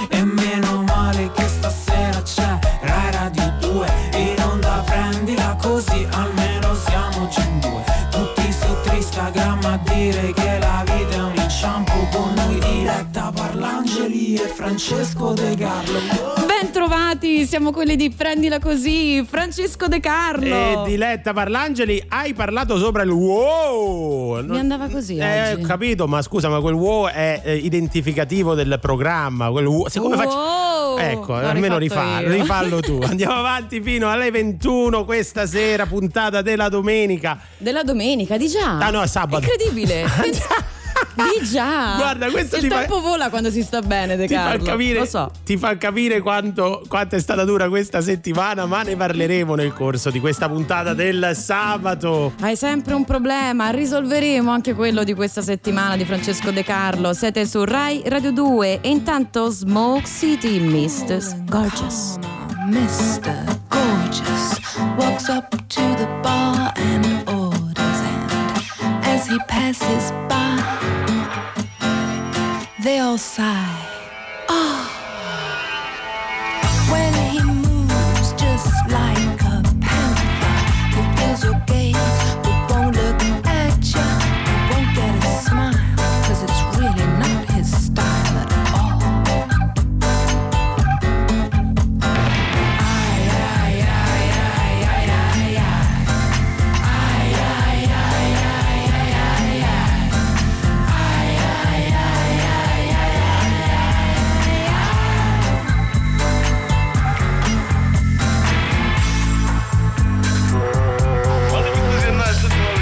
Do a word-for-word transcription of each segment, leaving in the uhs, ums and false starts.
E meno male che stasera c'è Rai Radio due. In onda prendila così, almeno siamo già in due. Tutti su Instagram a dire che la vita è un inciampo. Con noi Diletta Parlangeli e Francesco De Carlo. Ben trovati, siamo quelli di Prendila Così, Francesco De Carlo e Diletta Parlangeli. Hai parlato sopra il wow. Mi andava così eh, oggi. Ho capito, ma scusa, ma quel wow è eh, identificativo del programma. Quel wow. Siccome wow. faccio... Ecco, L'ho almeno rifatto rifallo, io. rifallo tu. Andiamo avanti fino alle ventuno questa sera, puntata della domenica. Della domenica, di già? Ah no, è sabato. Incredibile. Di già. Guarda, questo il ti tempo fa... vola quando si sta bene, De ti Carlo. Fa capire, lo so. Ti fa capire quanto, quanto è stata dura questa settimana, ma ne parleremo nel corso di questa puntata del sabato. Hai sempre un problema, risolveremo anche quello di questa settimana di Francesco De Carlo. Siete su Rai Radio due e intanto Smoke City, mister Gorgeous. mister Gorgeous walks up to the bar and orders, and as he passes by, they all sigh. Oh, when he moves just like a panther, he feels your gaze but won't look at you. He won't get a smile, cause it's really not his style at all. Ay, ay, ay, ay, ay, ay, ay. Ay, ay, ay, ay, ay, ay, ay. Ay, ay, ay, ay, ay, ay, Fatemi così andare sotto la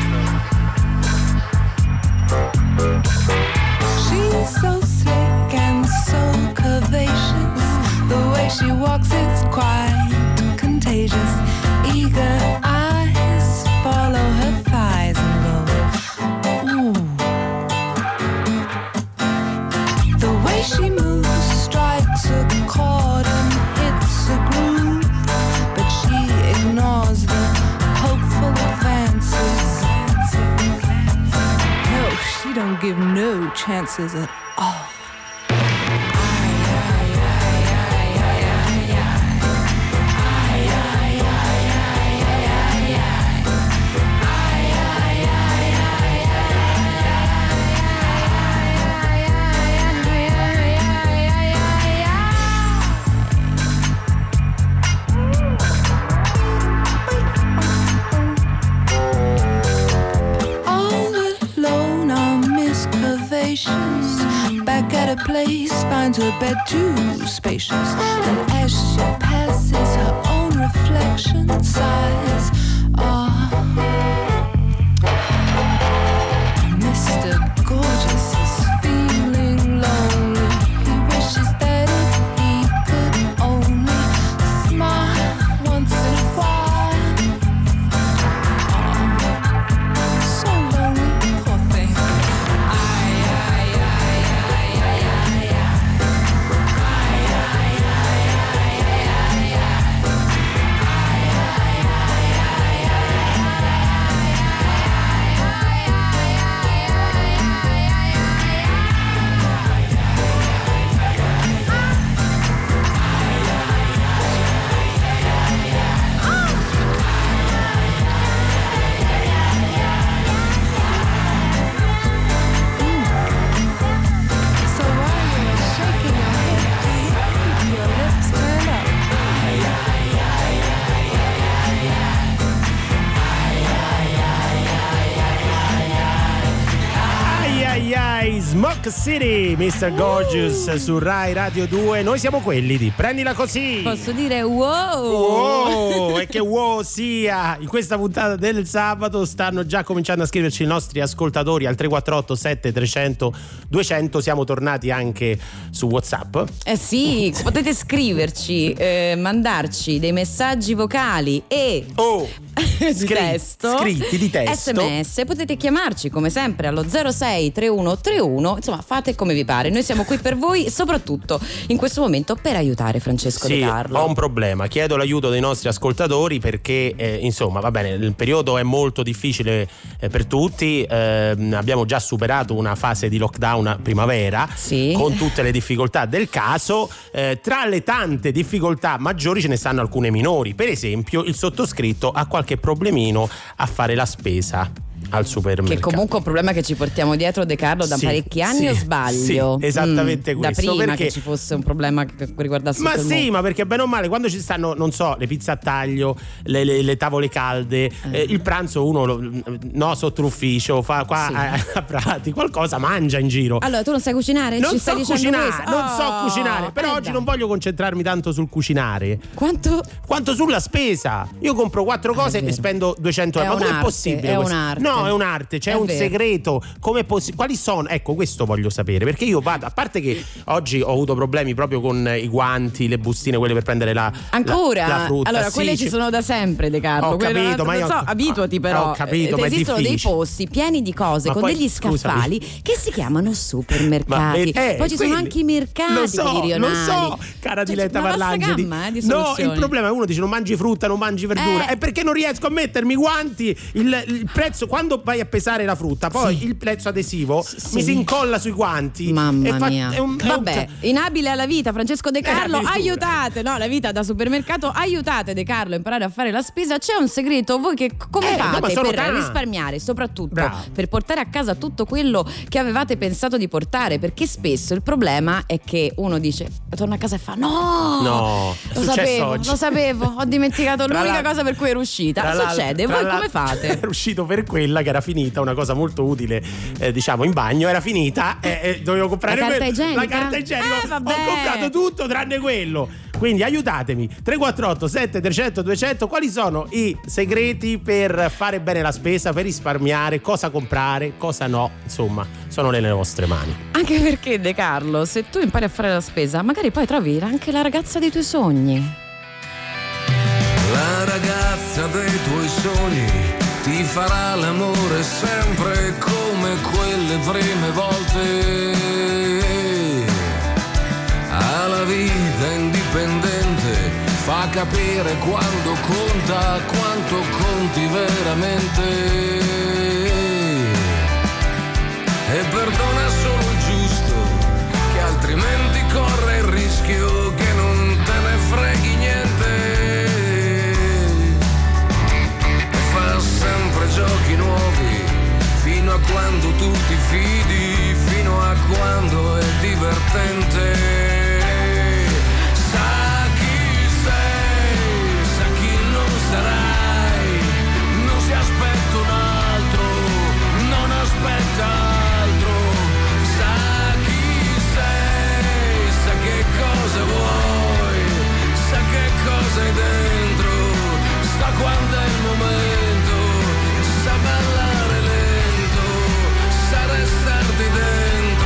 She's so slick and so curvaceous. The way she walks is quite contagious. Eager eyes follow her thighs and go, ooh. The way she moves strikes a chord and hits a groove, but she ignores the hopeful advances. No, she don't give no chances at all. All alone on Miss Curvaceous, back at her place, finds her bed too spacious. And as she passes, her own reflection sighs. Ah, mister Gorgeous is feeling lonely. He wishes that if he could only smile once in a while. So lonely, poor thing. Ay, ay, ay, ay, ay, ay, ay. Ay, ay, ay, ay, ay, ay, ay. Ay, ay, ay, ay, So while you're shaking your head, keep your lips turned up. Ai ai ai, Smoke City, mister Gorgeous su Rai Radio due. Noi siamo quelli di Prendila Così. Posso dire wow? Wow, e che wow sia! In questa puntata del sabato stanno già cominciando a scriverci i nostri ascoltatori al tre quattro otto sette trecento duecento. Siamo tornati anche su WhatsApp. Eh sì, potete scriverci, eh, mandarci dei messaggi vocali e Oh! di Scri- testo, scritti di testo, sms, potete chiamarci come sempre allo zero sei trentuno trentuno, insomma fate come vi pare, noi siamo qui per voi, soprattutto in questo momento per aiutare Francesco sì, De Carlo. ho un problema, chiedo l'aiuto dei nostri ascoltatori perché eh, insomma va bene, il periodo è molto difficile eh, per tutti, eh, abbiamo già superato una fase di lockdown a primavera, sì, con tutte le difficoltà del caso, eh, tra le tante difficoltà maggiori ce ne stanno alcune minori, per esempio il sottoscritto ha qualche problemino a fare la spesa al supermercato. Che comunque è un problema che ci portiamo dietro, De Carlo, da Sì, parecchi anni, sì, o sbaglio? sì, esattamente Mm, questo, Da prima perché- che ci fosse un problema che riguardasse Ma tutto il sì, mondo. ma perché bene o male quando ci stanno, non so, le pizze a taglio, le, le- le tavole calde, eh, il pranzo uno lo- no, sotto l'ufficio, fa qua Sì. a, a Prati, qualcosa mangia in giro. Allora, tu non sai cucinare? Non Ci so stai dicendo cucinare, questo? non so Oh, cucinare, però eh oggi dai. non voglio concentrarmi tanto sul cucinare Quanto? quanto sulla spesa. Io compro quattro cose è e vero. spendo duecento È euro. Ma com'è un'arte, possibile è questo? un'arte. No, è un'arte, c'è È un vero. segreto. Com'è possi- quali sono? Ecco, questo voglio sapere, perché io vado, a parte che oggi ho avuto problemi proprio con i guanti, le bustine, quelle per prendere la Ancora? la, la frutta. Allora, Sì, quelle ci ci- sono da sempre, De Carlo. Ho Quelle capito, non- ma non io- so, abituati però. ho capito, Eh, ma è esistono dei difficile. posti pieni di cose Ma con poi, degli scusami. scaffali che si chiamano supermercati. Ma- eh, poi ci sono quelli- anche i mercati lo so, meridionali. Lo so, cara Cioè, Diletta una vasta Parlangeli. gamma, eh, di no, soluzioni. il problema è uno dice non mangi frutta, non mangi verdura. Eh. È perché non riesco a mettermi i guanti. Il, il prezzo, quando vai a pesare la frutta, poi Sì. il prezzo adesivo Sì. mi si incolla sui guanti. Mamma e fa- mia. è un- è un Vabbè, ca- inabile alla vita, Francesco De Carlo, addirittura. aiutate, no, la vita da supermercato, aiutate De Carlo a imparare a fare la spesa. C'è un segreto, voi che come Eh, no, ma fate sono per tanti. risparmiare, soprattutto Bravo. per portare a casa tutto quello che avevate pensato di portare, perché spesso il problema è che uno dice, torna a casa e fa no, No, è lo successo sapevo, oggi. lo sapevo, ho dimenticato Tra l'unica l'al- cosa per cui ero uscita. tra l'al- Succede, tra voi l'al- come fate? Ero uscito per quella che era finita, una cosa molto utile, eh, diciamo in bagno, era finita e eh, dovevo comprare La carta quello. igienica? La carta igienica. Eh, vabbè. Ho comprato tutto tranne quello. Quindi aiutatemi. tre quattro otto sette trecento duecento, quali sono i segreti per fare bene la spesa, per risparmiare, cosa comprare, cosa no, insomma, sono nelle vostre mani. Anche perché, De Carlo, se tu impari a fare la spesa, magari poi trovi anche la ragazza dei tuoi sogni. La ragazza dei tuoi sogni ti farà l'amore sempre come quelle prime volte. Ha la vita indipendente, fa capire quando conta, quanto conti veramente. E perdona solo il giusto, che altrimenti corre il rischio che non te ne freghi niente. Fa sempre giochi nuovi, fino a quando tu ti fidi, fino a quando è divertente. Sa chi sei, sa chi non sarai, non si aspetta un altro, non aspetta altro. Sa chi sei, sa che cosa vuoi, sa che cosa hai dentro, sa quando è il momento, sa ballare lento, sa restarti dentro.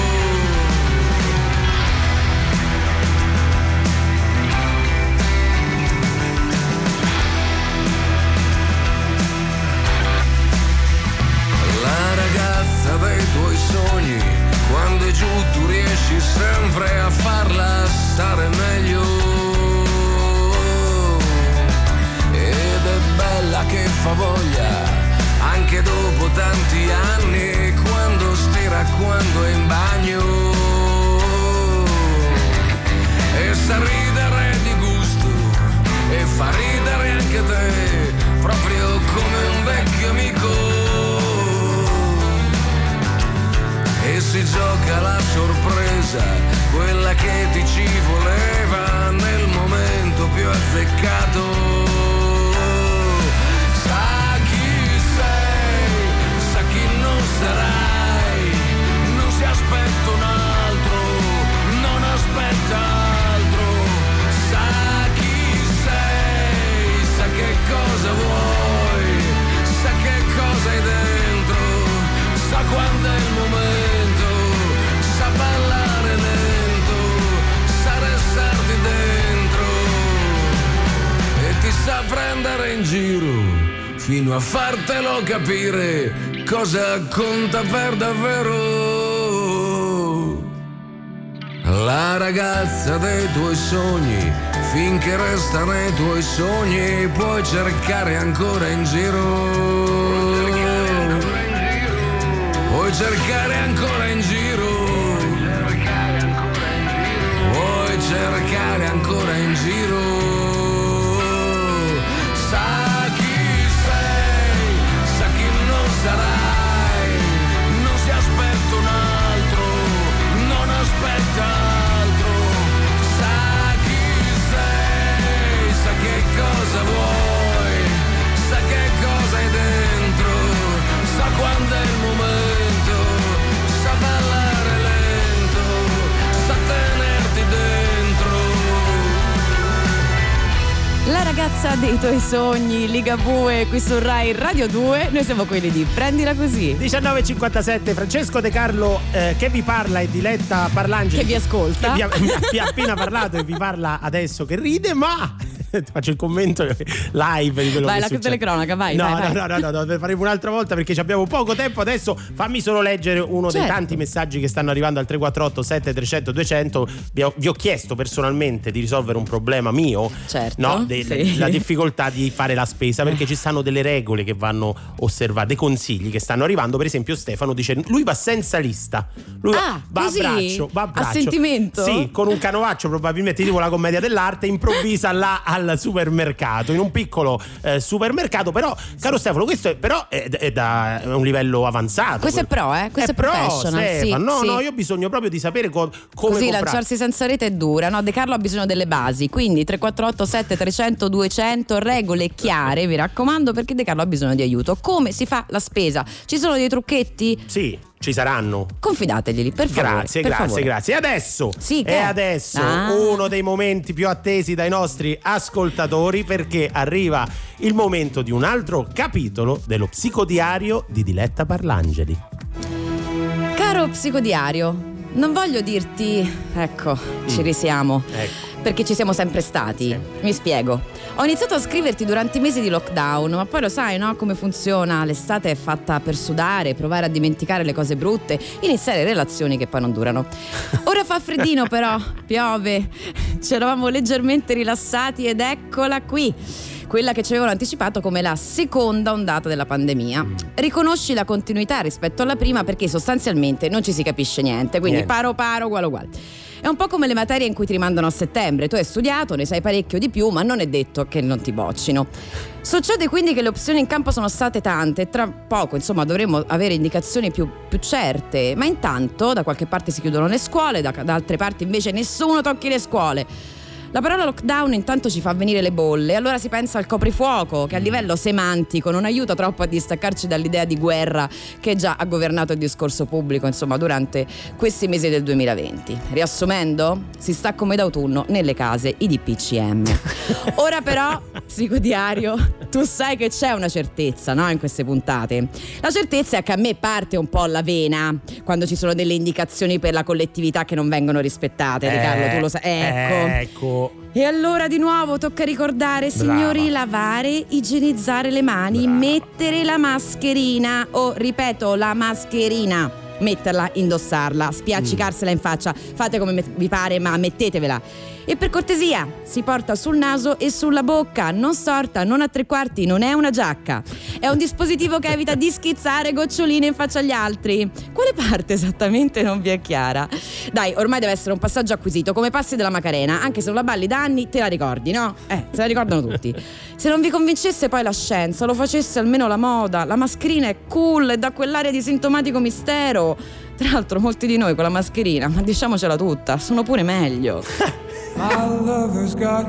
La ragazza dei tuoi sogni, quando è giù tu riesci sempre a farla stare meglio. Ed è bella che fa voglia, anche dopo tanti anni, quando stira, quando è in bagno. E sa ridere di gusto, e fa ridere anche te, proprio come un vecchio amico. E si gioca la sorpresa, quella che ti ci voleva nel momento più azzeccato. Sa chi sei, sa chi non sarai, non si aspetta un altro, non aspetta altro. Sa chi sei, sa che cosa vuoi, sa che cosa hai dentro, sa quando è il momento, sa ballare lento, sa restarti dentro e ti saprà fino a fartelo capire cosa conta per davvero. La ragazza dei tuoi sogni, finché resta nei tuoi sogni, puoi cercare ancora in giro. Puoi cercare ancora in giro. Puoi cercare ancora in giro. Sa chi sei, sa chi non sarai. Non si aspetta un altro, non aspetta altro. Sa chi sei, sa che cosa vuoi, sa che cosa hai dentro, sa quando è il momento, sa ballare lento, sa tenerti dentro. La ragazza dei tuoi sogni, Ligabue, qui su Rai Radio due. Noi siamo quelli di Prendila Così. diciannove e cinquantasette, Francesco De Carlo eh, che vi parla e Diletta Parlangeli Che vi ascolta. Che vi ha, vi ha appena parlato e vi parla adesso che ride, ma faccio il commento live di quello vai, che la succede. telecronaca, vai, no, vai, no, vai. no, no, no, no, faremo un'altra volta perché abbiamo poco tempo. Adesso fammi solo leggere uno Certo. dei tanti messaggi che stanno arrivando al tre quattro otto sette trecento duecento. Vi ho, vi ho chiesto personalmente di risolvere un problema mio, Certo, no? De, sì. La difficoltà di fare la spesa, perché ci stanno delle regole che vanno osservate, dei consigli che stanno arrivando. Per esempio Stefano dice lui va senza lista, lui Ah, va così? a braccio, va a A braccio. sentimento? Sì, con un canovaccio probabilmente tipo la commedia dell'arte, improvvisa là al supermercato, in un piccolo eh, supermercato. Però caro Stefano, questo è, però è, è da è un livello avanzato. Questo è pro, eh? Questo è, pro, professional, sì, Stefano. No, sì. no, io ho bisogno proprio di sapere co- come Così comprare. lanciarsi senza rete è dura, no? De Carlo ha bisogno delle basi, quindi tre quattro otto sette trecento duecento, regole chiare, vi raccomando, perché De Carlo ha bisogno di aiuto. Come si fa la spesa? Ci sono dei trucchetti? Sì, ci saranno. Confidateglieli, per favore. Grazie, per grazie, favore. grazie. E adesso, Sì, che e è? adesso Ah. uno dei momenti più attesi dai nostri ascoltatori, perché arriva il momento di un altro capitolo dello psicodiario di Diletta Parlangeli. Caro psicodiario, non voglio dirti, ecco, ci risiamo. Ecco. Perché ci siamo sempre stati. Sempre. Mi spiego. Ho iniziato a scriverti durante i mesi di lockdown, ma poi lo sai, no? Come funziona? L'estate è fatta per sudare, provare a dimenticare le cose brutte, iniziare relazioni che poi non durano. Ora fa freddino però, piove. Ci eravamo leggermente rilassati ed eccola qui. Quella che ci avevano anticipato come la seconda ondata della pandemia. Riconosci la continuità rispetto alla prima perché sostanzialmente non ci si capisce niente, quindi Niente. paro paro, uguale uguale. È un po' come le materie in cui ti rimandano a settembre. Tu hai studiato, ne sai parecchio di più, ma non è detto che non ti boccino. Succede quindi che le opzioni in campo sono state tante e tra poco, insomma, dovremo avere indicazioni più, più certe. Ma intanto da qualche parte si chiudono le scuole, da, da altre parti invece nessuno tocchi le scuole. La parola lockdown intanto ci fa venire le bolle, allora si pensa al coprifuoco, che a livello semantico non aiuta troppo a distaccarci dall'idea di guerra che già ha governato il discorso pubblico, insomma, durante questi mesi del duemilaventi. Riassumendo, si sta come d'autunno nelle case i D P C M. Ora però, psicodiario, tu sai che c'è una certezza, no, in queste puntate. La certezza è che a me parte un po' la vena quando ci sono delle indicazioni per la collettività che non vengono rispettate, De Carlo, tu lo sai. Ecco. Ecco. E allora di nuovo tocca ricordare, signori, lavare, igienizzare le mani, Brava. mettere la mascherina, o ripeto, la mascherina, metterla, indossarla, spiaccicarsela in faccia, fate come met- vi pare, ma mettetevela. E per cortesia, si porta sul naso e sulla bocca, non storta, non a tre quarti, non è una giacca. È un dispositivo che evita di schizzare goccioline in faccia agli altri. Quale parte esattamente non vi è chiara? Dai, ormai deve essere un passaggio acquisito, come passi della Macarena, anche se non la balli da anni, te la ricordi, no? Eh, se la ricordano tutti. Se non vi convincesse poi la scienza, lo facesse almeno la moda. La mascherina è cool e dà quell'aria di sintomatico mistero. Tra l'altro molti di noi con la mascherina, ma diciamocela tutta, sono pure meglio. My lover's got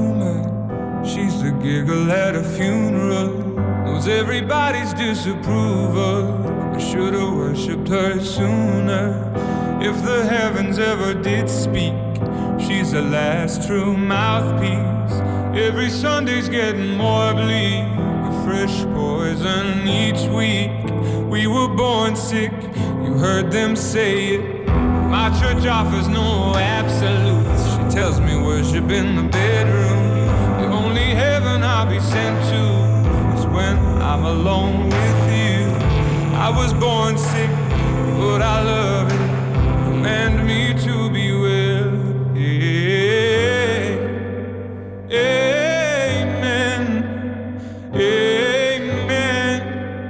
humor. She's the giggle at a funeral. Knows everybody's disapproval. I should've worshipped her sooner. If the heavens ever did speak, she's the last true mouthpiece. Every Sunday's getting more bleak, a fresh poison each week. We were born sick, you heard them say it. My church offers no absolutes. She tells me worship in the bedroom. The only heaven I'll be sent to is when I I'm alone with you. I was born sick, but I love it. Command me to be well. Yeah. Amen. Amen.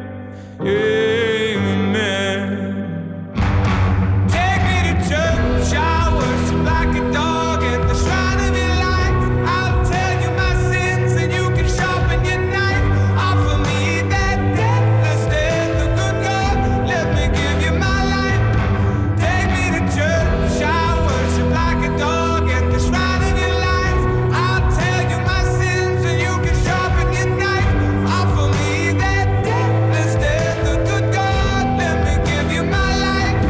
Amen. Take me to church, I worship like a dog at the shrine of your light. I'll tell you my sins and you can sharpen your knife. Offer me that deathless death, the good God, let me give you my life. Take me to church, I worship like a dog at the shrine of your life. I'll tell you my sins and you can sharpen your knife. Offer me that deathless death, the good God, let me give you my life.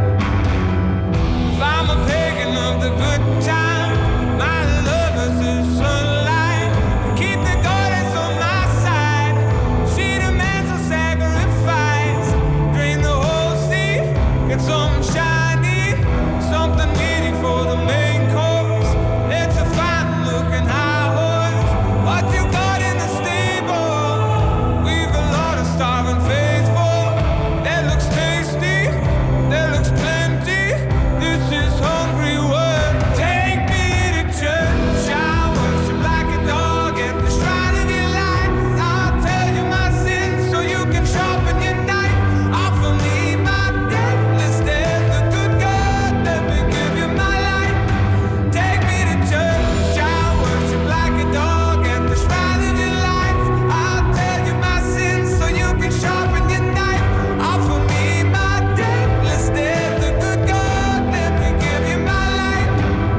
If I'm a pagan of the good time, my lover's the sunlight. Keep the goddess on my side. She demands a sacrifice. Drain the whole sea, get something shiny, something meaty for the main course. It's a fine looking high horse. What you got in the stable? We've a lot of starving faithful. That looks tasty, that looks plenty. This is hungry work. Take me to church, I worship like a dog at the shrine of your light. I'll tell you my sins so you can sharpen your knife. Offer me my deathless death, the good God, let me give you my life. Take me to church, I worship like a dog at the shrine of your light. I'll tell you my sins so you can sharpen your knife. Offer me my deathless death, the good God, let me give you my life.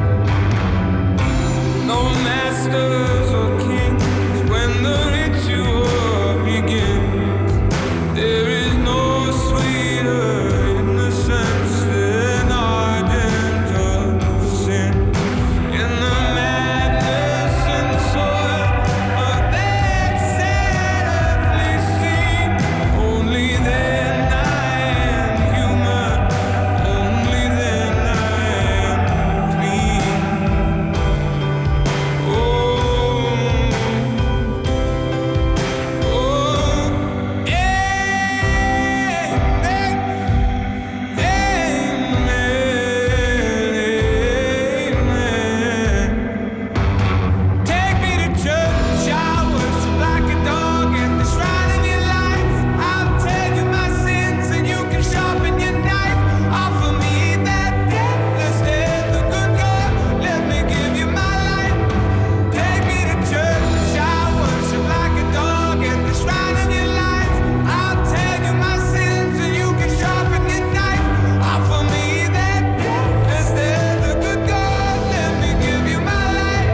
No masters or kings when the ritual begins. There is no sweeter innocence than ardent of sin. In the madness and soil of that sad earthly scene, only then I am human, only then I am clean. Oh, oh, amen, amen. Take me to church, I worship like a dog at the shrine of your life. I'll tell you my sins and you can sharpen your knife. Offer me that deathless death, the good God, let me give you my life. Take me to church, I worship like a dog at the shrine of your life. I'll tell you my sins and you can sharpen your knife. Offer me that deathless death, the good God, let me give you my life.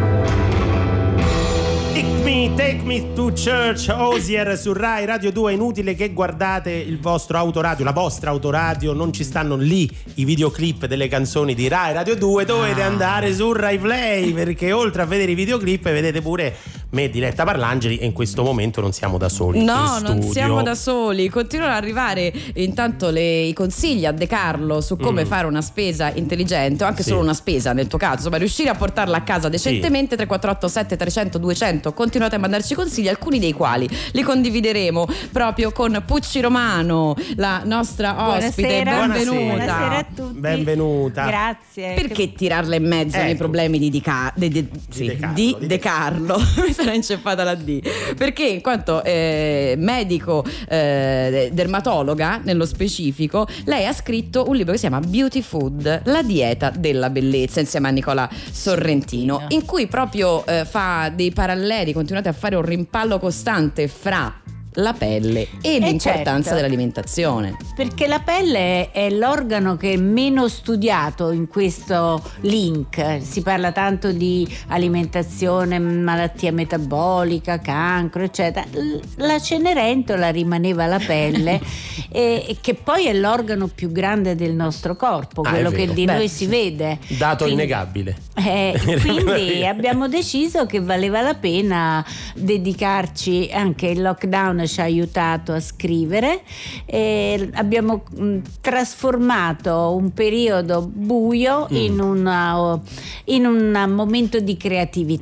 Take me, take me to church, Osier su Rai Radio due. Inutile che guardate il vostro autoradio, la vostra autoradio, non ci stanno lì i videoclip delle canzoni di Rai Radio due, dovete andare su Rai Play, perché oltre a vedere i videoclip vedete pure me, Diletta Parlangeli, e in questo momento non siamo da soli No, in non studio. siamo da soli. Continuano ad arrivare intanto le, i consigli a De Carlo su come Mm. fare una spesa intelligente, o anche Sì. solo una spesa nel tuo caso, insomma riuscire a portarla a casa decentemente. Tre quattro otto sette trecento duecento, continuate a mandarci consigli, alcuni dei quali li condivideremo proprio con Pucci Romano, la nostra ospite. Buonasera. Benvenuta. Buonasera a tutti. Benvenuta. Grazie. Perché tirarla in mezzo nei Ecco. problemi di, di, Ca- de- de- sì, De Carlo, di di De De Carlo? Mi sarà inceppata la D. Perché in quanto eh, medico eh, dermatologa nello specifico, lei ha scritto un libro che si chiama Beauty Food, la dieta della bellezza, insieme a Nicola Sorrentino, in cui proprio eh, fa dei paralleli, continuate a fare un rimpallo costante fra la pelle e l'importanza certo. dell'alimentazione. Perché la pelle è l'organo che è meno studiato in questo link. Si parla tanto di alimentazione, malattia metabolica, cancro, eccetera. L- La Cenerentola rimaneva la pelle, e, che poi è l'organo più grande del nostro corpo, Ah, quello è che vero. di Beh, noi sì. si vede. Dato Quindi- innegabile. Eh, quindi abbiamo deciso che valeva la pena dedicarci, anche il lockdown ci ha aiutato a scrivere, e abbiamo mh, trasformato un periodo buio Mm. in, una, in un momento di creatività.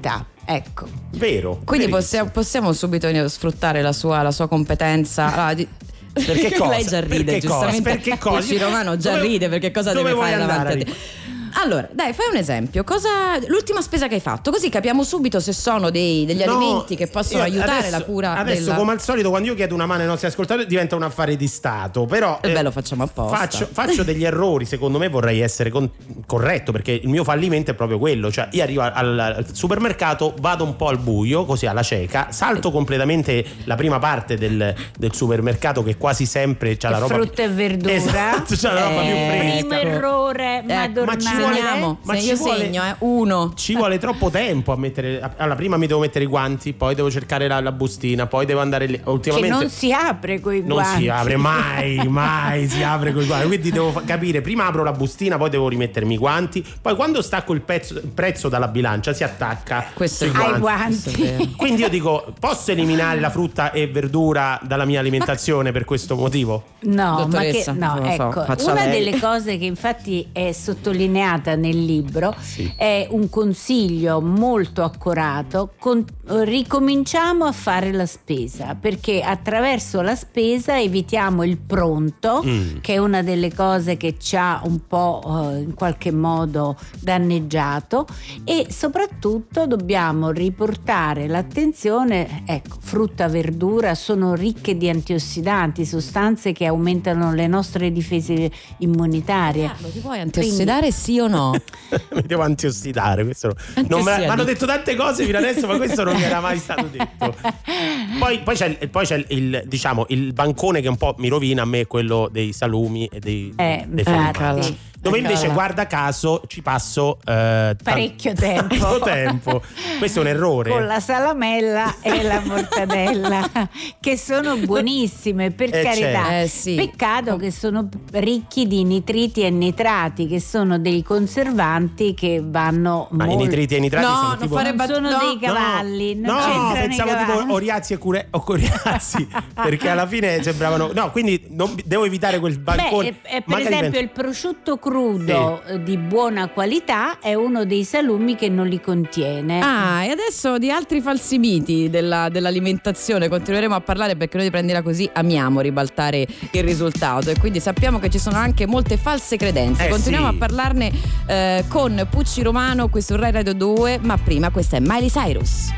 Ecco. Vero. Quindi verissimo. possiamo, possiamo subito sfruttare la sua, la sua competenza. Allora, di- Perché cosa? Lei già ride, Perché cosa? giustamente. Perché cosa? Pucci Romano già Dove- ride perché cosa dove deve vuoi fare andare? davanti a te. Allora, dai, fai un esempio. Cosa, l'ultima spesa che hai fatto, così capiamo subito se sono dei, degli No, alimenti che possono io aiutare adesso- la cura Adesso, della... come al solito, quando io chiedo una mano ai nostri ascoltatori, diventa un affare di Stato. Però E beh, lo facciamo apposta. Faccio, faccio degli errori, secondo me vorrei essere con- corretto, perché il mio fallimento è proprio quello. Cioè, io arrivo al, al supermercato, vado un po' al buio, così alla cieca, salto completamente la prima parte del, del supermercato, che quasi sempre c'ha la roba. Frutta e verdura. Esatto, c'ha la roba Eh, più Primo fresca. errore Ecco, madornale. ma ci vuole- Segniamo, ma se ci io vuole- segno, eh, uno. Ci vuole troppo tempo a mettere. Allora, prima mi devo mettere i guanti, poi devo cercare la, la bustina, poi devo andare lì. Che Ultimamente non si apre coi non guanti. si apre mai, mai si apre con i guanti. Quindi devo fa- capire, prima apro la bustina, poi devo rimettermi i guanti, poi quando stacco il, pezzo, il prezzo dalla bilancia si attacca Questo è sui vero, Ai questo è vero. guanti. Quindi io dico, posso eliminare la frutta e verdura dalla mia alimentazione per questo motivo? No, ma che Dottoressa, no, non lo so, ecco, faccia una lei. delle cose che infatti è sottolineata nel libro Sì. è un consiglio molto accorato: con- ricominciamo a fare la spesa, perché attraverso la spesa evitiamo il pronto, Mm. che è una delle cose che ci ha un po' eh, in qualche modo danneggiato, e soprattutto dobbiamo riportare l'attenzione, ecco, frutta, verdura sono ricche di antiossidanti, sostanze che aumentano le nostre difese immunitarie. Carlo, ti puoi antiossidare sì o no? Mi devo antiossidare. Questo non me, sia mi hanno di- detto tante cose fino adesso, ma questo non mi era mai stato detto. Poi, poi c'è, il, poi c'è il, il, diciamo, il bancone che un po' mi rovina a me, quello dei salumi e dei, Eh, dei infatti. formaggi. Dove invece, Eccola. guarda caso, ci passo eh, Parecchio tan- tempo. tanto tempo. Questo è un errore. Con la salamella e la mortadella, che sono buonissime, per Eh, carità. certo. Eh, sì. Peccato che sono ricchi di nitriti e nitrati, che sono dei conservanti che vanno Ma i molto. nitriti e i nitrati No, sono non tipo... fare Non sono no, dei cavalli, non no, c'entrano i pensavo cavalli. tipo Oriazzi e Cure- o Coriazzi, perché alla fine sembravano... No, quindi non- devo evitare quel bancone. Beh, eh, eh, per Magari esempio penso- il prosciutto crudo eh, di buona qualità è uno dei salumi che non li contiene. Ah, e adesso di altri falsi miti della- dell'alimentazione continueremo a parlare, perché noi di Prendila Così amiamo ribaltare il risultato, e quindi sappiamo che ci sono anche molte false credenze. Eh, Continuiamo sì. a parlarne eh, con Pucci Romano qui su Rai Radio due, ma prima questa è Miley Cyrus.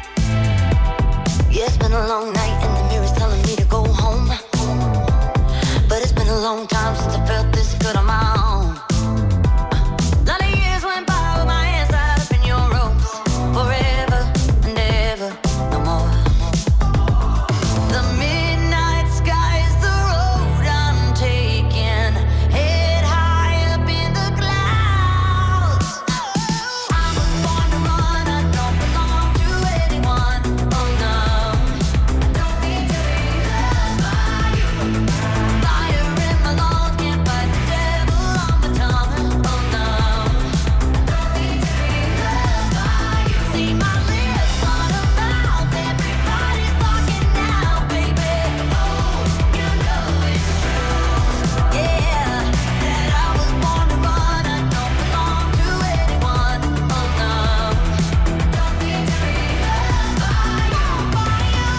Yeah, it's been a long night and the mirror's telling me to go home. But it's been a long time since I felt this good on my own. Lot of years went by with my hands tied up in your ropes. Forever and ever, no more. The midnight sky is the road I'm taking. Head high up in the clouds. I was born to run, I don't belong to anyone. Oh no, I don't need to be loved by you. Fire in my lungs, can't fight the devil on my tongue. Oh no, I don't need to be loved by you. See my lips on a mouth, everybody's talking now, baby. Oh, you know it's true. Yeah, that I was born to run, I don't belong to anyone. Oh no, don't need to be loved by you, by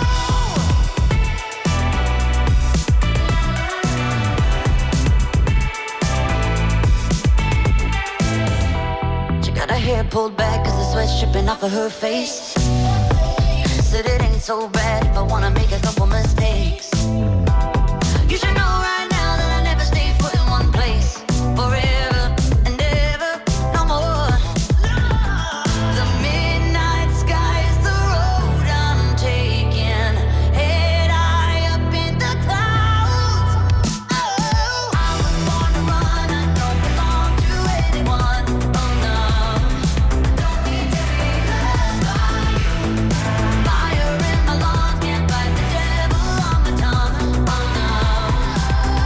you. She got her hair pulled back cause the sweat's dripping off of her face. Said it ain't so bad if I wanna make a couple mistakes. You should know right now that I never stay put in one place. Forever and ever, no more. The midnight sky is the road I'm taking. Head high up in the clouds. Oh, I was born to run, I don't belong to anyone. Oh no, don't need to be loved by you. Fire in my lungs, can't fight the devil on my tongue. Oh no.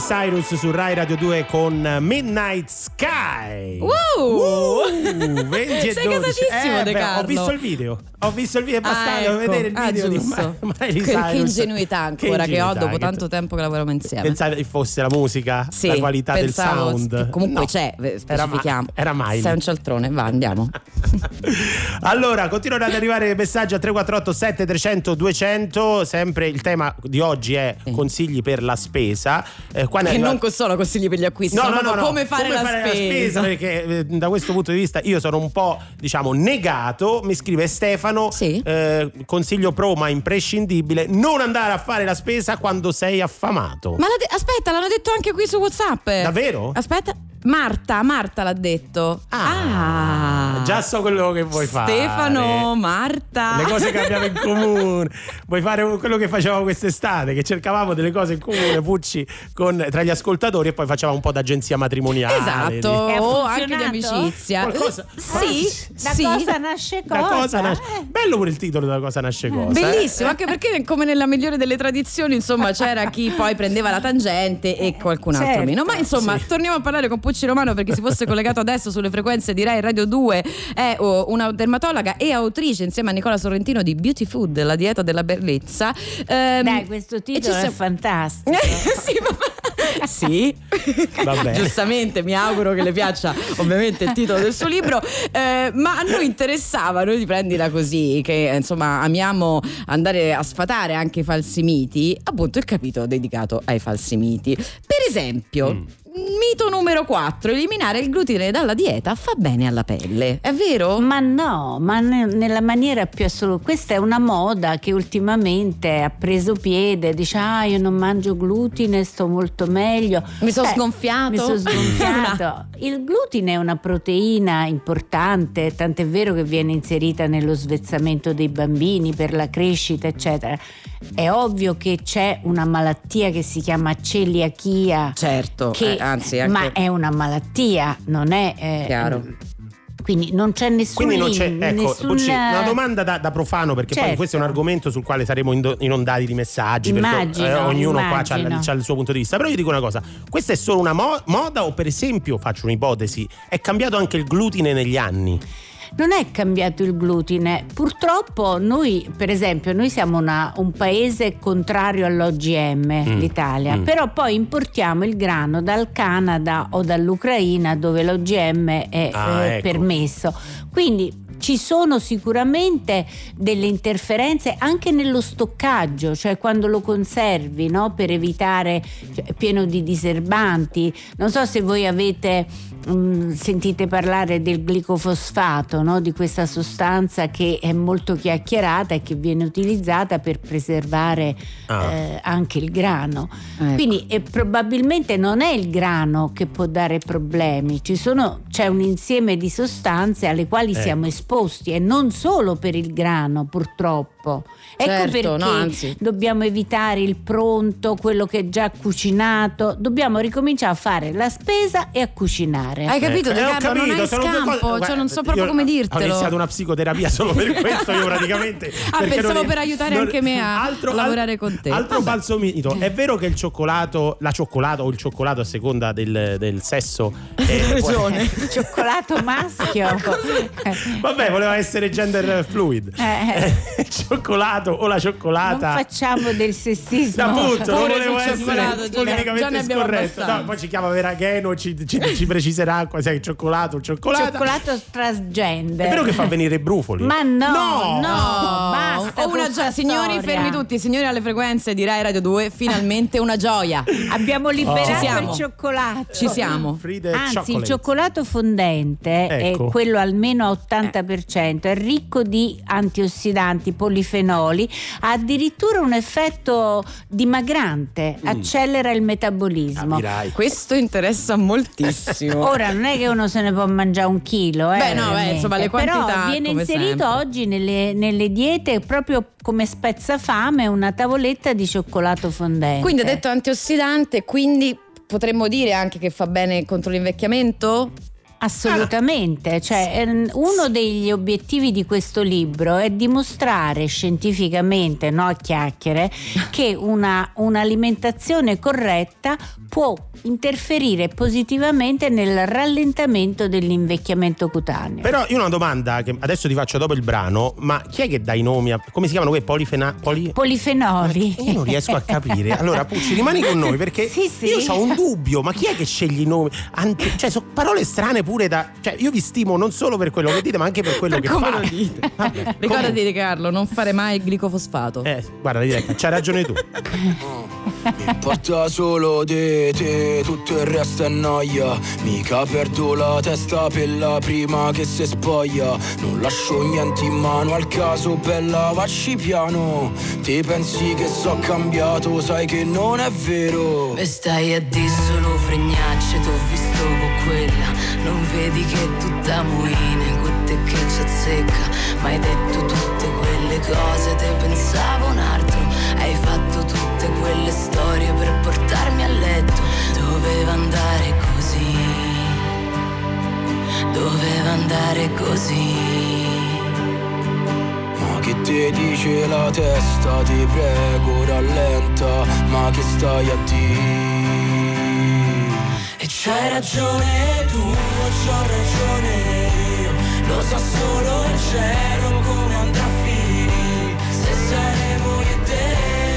Cyrus su Rai Radio due con Midnight Sky. Uh! Uh, venti e Sei dodici. casatissimo, Eh, De beh, Carlo. Ho visto il video. Ho visto il video, è Ah, bastato ecco. vedere il Ah, video di giusto. Ma- Miley Che, Cyrus. che ingenuità ancora che, ho ingenuità, dopo che tanto tu- tempo che lavoriamo insieme. Pensavi che fosse la musica, Sì, la qualità del pensavo sound. che comunque No, c'è, eh, era, Ma- specifichiamo. era Miley. Sei un cialtrone, va, andiamo. Allora, continuano ad arrivare messaggi a tre quattro otto sette trecento duecento. Sempre il tema di oggi è Sì. consigli per la spesa. Eh, qua ne Che arriva- non sono consigli per gli acquisti, No, sono no, no, proprio no. come fare, la, spesa. Perché eh, da questo punto di vista io sono un po', diciamo, negato. Mi scrive Stefano, Sì. eh, consiglio pro ma imprescindibile: non andare a fare la spesa quando sei affamato. Ma l'ha de- aspetta, l'hanno detto anche qui su WhatsApp. Davvero? Aspetta, Marta, Marta l'ha detto. Ah, già so quello che vuoi fare. Stefano, Marta. Le cose che abbiamo in comune. Vuoi fare quello che facevamo quest'estate, che cercavamo delle cose in comune, Pucci, con, tra gli ascoltatori, e poi facevamo un po' d'agenzia matrimoniale. Esatto, E ha o anche di funzionato? amicizia. Qualcosa- Sì, Da sì. cosa nasce cosa? Da cosa nasce? Eh. Bello pure il titolo, da cosa nasce cosa. Bellissimo, eh? anche perché come nella migliore delle tradizioni, insomma, c'era chi poi prendeva la tangente e qualcun altro Certo. meno. Ma insomma, Sì. torniamo a parlare con Pucci Romano, perché si fosse collegato adesso sulle frequenze di Rai Radio due. È oh, una dermatologa e autrice insieme a Nicola Sorrentino di Beauty Food, la dieta della bellezza. Ehm, Dai, questo e ci titolo è siamo- fantastico. sì, ma- sì. Vabbè. Giustamente, mi auguro che le piaccia ovviamente il titolo del suo libro, eh, ma a noi interessava, noi di Prendila Così, che insomma amiamo andare a sfatare anche i falsi miti, appunto il capitolo dedicato ai falsi miti. Per esempio, Mm. mito numero quattro: eliminare il glutine dalla dieta fa bene alla pelle. È vero? Ma no, ma ne- nella maniera più assoluta. Questa è una moda che ultimamente ha preso piede. Dice, ah, io non mangio glutine, sto molto meglio. Mi sono Eh, sgonfiato. Mi sono sgonfiato. Il glutine è una proteina importante, tant'è vero che viene inserita nello svezzamento dei bambini per la crescita, eccetera. È ovvio che c'è una malattia che si chiama celiachia. Certo, Che, eh, anzi, anche... ma è una malattia, non è eh, Chiaro. quindi non c'è nessun Quindi non c'è, link, ecco, nessun, Pucci, una domanda da, da profano, perché poi Certo. questo è un argomento sul quale saremo indo- inondati di messaggi, Immagino, perché eh, ognuno qua immagino. ha il suo punto di vista. Però io dico una cosa: questa è solo una mo- moda, o per esempio, faccio un'ipotesi, è cambiato anche il glutine negli anni? Non è cambiato il glutine. Purtroppo noi, per esempio, noi siamo una- un paese contrario all'O G M, Mm, l'Italia, mm. però poi importiamo il grano dal Canada o dall'Ucraina, dove l'O G M è Ah, eh, ecco. permesso. Quindi ci sono sicuramente delle interferenze anche nello stoccaggio, cioè quando lo conservi, no? Per evitare, cioè, è pieno di diserbanti. Non so se voi avete mm, sentite parlare del glicofosfato, no? Di questa sostanza che è molto chiacchierata e che viene utilizzata per preservare Ah. eh, anche il grano. Ecco. Quindi eh, probabilmente non è il grano che può dare problemi, ci sono, c'è un insieme di sostanze alle quali Ecco. siamo esposti, e non solo per il grano, purtroppo. Ecco Certo, perché no, anzi. dobbiamo evitare il pronto, quello che è già cucinato, dobbiamo ricominciare a fare la spesa e a cucinare. Hai capito, Ecco, De eh, ho Carlo? Non capito, hai sono due scampo, cose- cioè non so proprio io come Ho dirtelo. iniziato una psicoterapia solo per questo, io praticamente. Ah, perché pensavo non è- per aiutare non- anche me a lavorare con te. Altro Vabbè. falso mito: è vero che il cioccolato, la cioccolata o il cioccolato a seconda del, del sesso, eh, può- Il cioccolato maschio. Vabbè, voleva essere gender fluid. Eh. Il cioccolato o la Non cioccolata. facciamo del sessismo. Appunto, non Pure volevo sul cioccolato, essere già ne- politicamente già ne abbiamo scorretto. abbastanza. No, poi ci chiama Veragheno, ci, ci, ci preciserà quasi il cioccolato o cioccolata. Cioccolato transgender. È vero che fa venire i brufoli? Ma no, No! no, basta. Ho una con gio- sta signori, storia. fermi tutti, signori alle frequenze di Rai Radio due, finalmente una gioia. Abbiamo liberato Ci siamo. il cioccolato. Ci siamo. Friede Anzi, il chocolate. cioccolato fondente, Ecco. è quello almeno a ottanta per cento, è ricco di antiossidanti, polifenoli, ha addirittura un effetto dimagrante, accelera il metabolismo. Capirai. Questo interessa moltissimo. Ora non è che uno se ne può mangiare un chilo, eh, Beh, no, beh, ovviamente. insomma, le quantità, però viene come inserito sempre. oggi nelle, nelle diete proprio come spezzafame una tavoletta di cioccolato fondente. Quindi ha detto antiossidante, quindi potremmo dire anche che fa bene contro l'invecchiamento? Assolutamente, cioè ehm, uno degli obiettivi di questo libro è dimostrare scientificamente, no a chiacchiere, che una, un'alimentazione corretta può interferire positivamente nel rallentamento dell'invecchiamento cutaneo. Però io ho una domanda che adesso ti faccio dopo il brano, ma chi è che dà i nomi a, come si chiamano quei polifena, poli... polifenoli? Io non riesco a capire. Allora Pucci, rimani con noi perché Sì, sì. io ho un dubbio, ma chi è che sceglie i nomi? Anti- cioè sono parole strane pure da, cioè io vi stimo non solo per quello che dite ma anche per quello Per che come fate. lo dite. Vabbè, Ricordati, Carlo, non fare mai il glicofosfato. Eh, guarda, diretta, c'hai ragione tu. Mi importa solo di te, tutto il resto è noia. Mica perdo la testa per la prima che si spoglia. Non lascio niente in mano al caso, bella, vacci piano. Te pensi che so cambiato, sai che non è vero. E stai a dire solo fregnacce, t'ho visto con quella. Non vedi che è tutta moina, con te che ci azzecca. Ma hai detto tutte quelle cose, te pensavo un altro. Hai fatto tutte quelle storie per portarmi a letto. Doveva andare così, doveva andare così. Ma che te dice la testa, ti prego rallenta. Ma che stai a dire? E c'hai ragione tu, c'ho ragione io. Lo sa solo il cielo come andrà a finire. Se saremo io e te,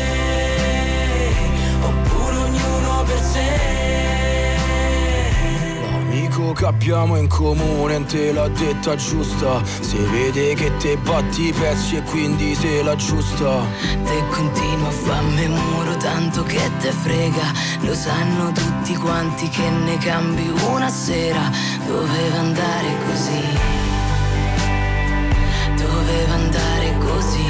oppure ognuno per sé. L'amico che abbiamo in comune te l'ha detta giusta. Si vede che te batti i pezzi e quindi sei la giusta. Te continua a farmi muro tanto che te frega. Lo sanno tutti quanti che ne cambi una sera. Doveva andare così, doveva andare così.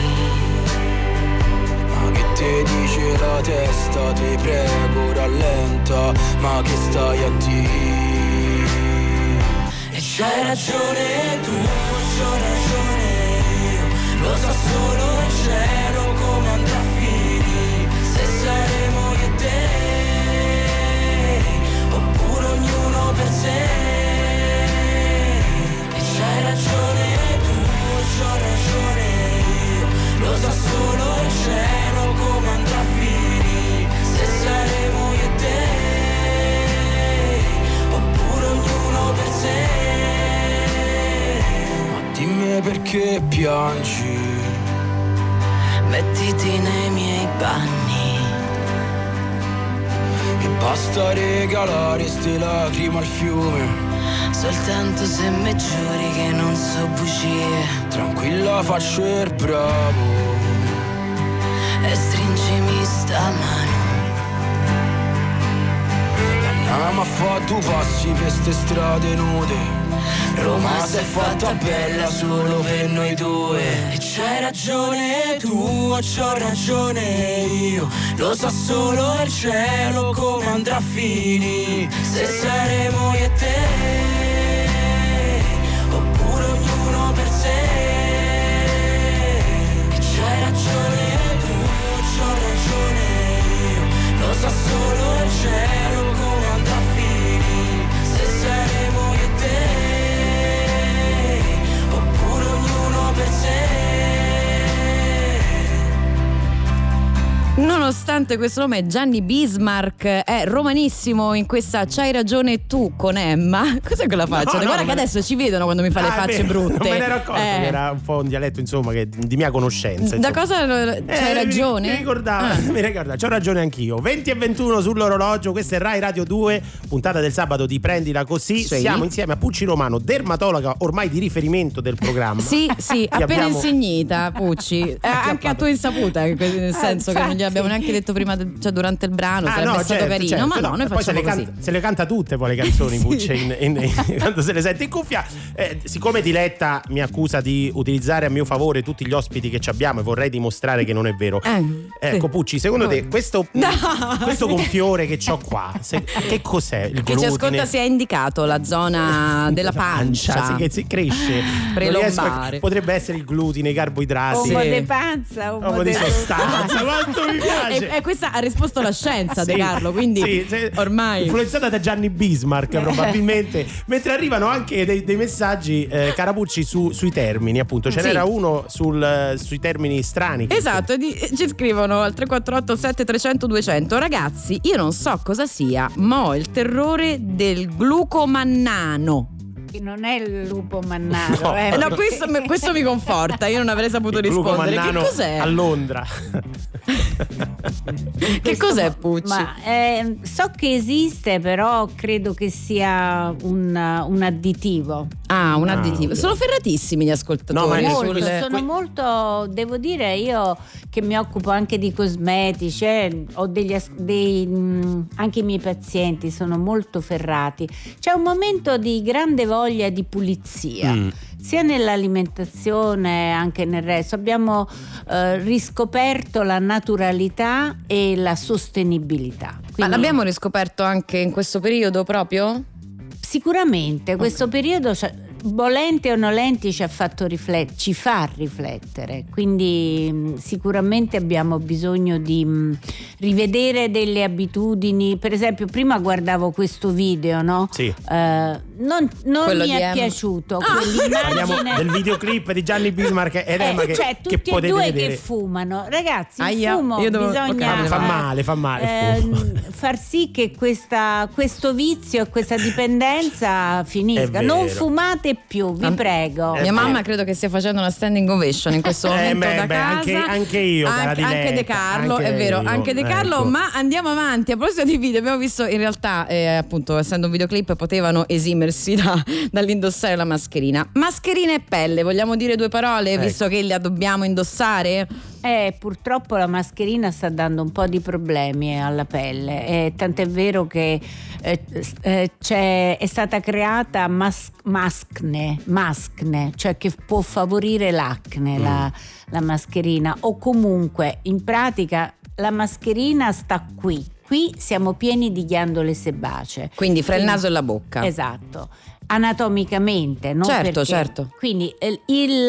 Ma che te dice la testa, ti prego rallenta. Ma che stai a dire? E c'hai ragione tu, c'ho ragione io. Lo sa solo il cielo come andrà a finire. Se saremo io e te, oppure ognuno per sé. E c'hai ragione tu, c'ho ragione io. Lo sa solo il cielo come andrà a finire. Se saremo io e te, oppure ognuno per sé. Ma dimmi perché piangi. Mettiti nei miei panni. E basta regalare ste lacrime al fiume. Soltanto se mi giuri che non so bugie. Tranquilla, faccio il bravo. E stringimi sta mano. E andiamo a fare due passi per ste strade nude. Roma si è fatta bella solo per noi due. E c'hai ragione tu, c'ho ragione io. Lo sa solo il cielo come andrà a finire. Se saremo io e te, oppure ognuno per sé. E c'hai ragione tu, c'ho ragione io. Lo sa solo il cielo come andrà a finire. Se saremo io e te, oppure ognuno per sé. Nonostante questo nome, Gianni Bismarck è romanissimo in questa C'hai ragione tu con Emma. Cos'è quella faccia? No, no, Guarda che me ne- adesso ci vedono quando mi fa le Ah, è facce vero, brutte. Non me ne ero accorto Eh. che era un po' un dialetto, insomma, che di mia conoscenza. Da insomma. cosa lo- Eh, c'hai mi- ragione? Mi ricordavo, Ah. mi ricordavo, c'ho ragione anch'io. venti e ventuno sull'orologio, questa è Rai Radio due, puntata del sabato di Prendila Così. Sì. Siamo insieme a Pucci Romano, dermatologa ormai di riferimento del programma. Sì, sì, appena abbiamo- insignita, Pucci. Eh, anche a tua insaputa, nel senso che non gli abbiamo neanche detto prima, de- cioè durante il brano, Ah, sarebbe no, stato certo, carino, certo, ma no, no. noi E poi se facciamo le, così. canta, se le canta tutte poi le canzoni Pucci in- in- in- quando se le sente in cuffia. Eh, siccome Diletta mi accusa di utilizzare a mio favore tutti gli ospiti che ci abbiamo e vorrei dimostrare che non è vero. Eh, Ecco sì. Pucci, secondo te questo, Dai. questo gonfiore che ho qua, se- che cos'è? Il Chi ci glutine? ascolta si è indicato la zona della pancia, sì, che si cresce. Non riesco a- prelombare. Potrebbe essere il glutine, i carboidrati. Un Sì. po' di panza, un Un po' di di sostanza, quanto mi piace. È, è Eh, questa ha risposto la scienza, De Sì, Carlo, quindi sì, se- ormai influenzata da Gianni Bismarck probabilmente. Mentre arrivano anche dei, dei messaggi, eh, Carapucci, su, sui termini, appunto. Ce Sì. n'era uno sul, eh, sui termini strani. Esatto, di- ci scrivono al tre quattro otto sette trecento duecento. Ragazzi, io non so cosa sia, ma ho il terrore del glucomannano. Non è il lupo mannaro, No. eh, Eh, no, perché- questo, mi- questo mi conforta, io non avrei saputo Il rispondere. Che glucomannano cos'è? a Londra. Che Questo- cos'è, Pucci? Ma eh, so che esiste, però credo che sia un, un additivo. Ah, un Ah, additivo. ok. Sono ferratissimi gli ascoltatori. No, ma Molto, sulle- sono que- molto, devo dire, io che mi occupo anche di cosmetici, eh, ho degli as- dei, mh, anche i miei pazienti sono molto ferrati. C'è un momento di grande voglia di pulizia. Mm. Sia nell'alimentazione anche nel resto abbiamo eh, riscoperto la naturalità e la sostenibilità. Ma Quindi- l'abbiamo riscoperto anche in questo periodo proprio? Sicuramente questo periodo, cioè, volenti o nolenti, ci ha fatto riflet- ci fa riflettere, quindi mh, sicuramente abbiamo bisogno di mh, rivedere delle abitudini. Per esempio, prima guardavo questo video, no? Sì. Eh, non non Quello mi di è Emma. piaciuto Parliamo quell'immagine. del videoclip di Gianni Bismarck ed Eh, Emma che, cioè, che tutti e potete due vedere. che fumano, ragazzi. Il Aia, fumo io devo- bisogna ok, fa eh, male, fa male il fumo. ehm, far sì che questa, questo vizio e questa dipendenza È finisca. vero. Non fumate più, vi Ah, prego. Eh, Mia beh. mamma credo che stia facendo una standing ovation in questo Eh, momento beh, da beh, casa. anche- anche io, cara anche, anche De Diletta, Carlo, anche è vero, io, anche De Carlo, ecco. ma andiamo avanti. A proposito di video, abbiamo visto in realtà, eh, appunto, essendo un videoclip, potevano esimersi da- dall'indossare la mascherina. Mascherina e pelle, vogliamo dire due parole, Ecco. visto che la dobbiamo indossare? Eh, purtroppo la mascherina sta dando un po' di problemi alla pelle, eh, tant'è vero che eh, eh, c'è, è stata creata mas- maskne, maskne, cioè che può favorire l'acne la, la mascherina, o comunque in pratica la mascherina sta qui, qui siamo pieni di ghiandole sebacee. Quindi fra il Quindi- naso e la bocca. Esatto. Anatomicamente, non Certo, perché- certo. Quindi eh, il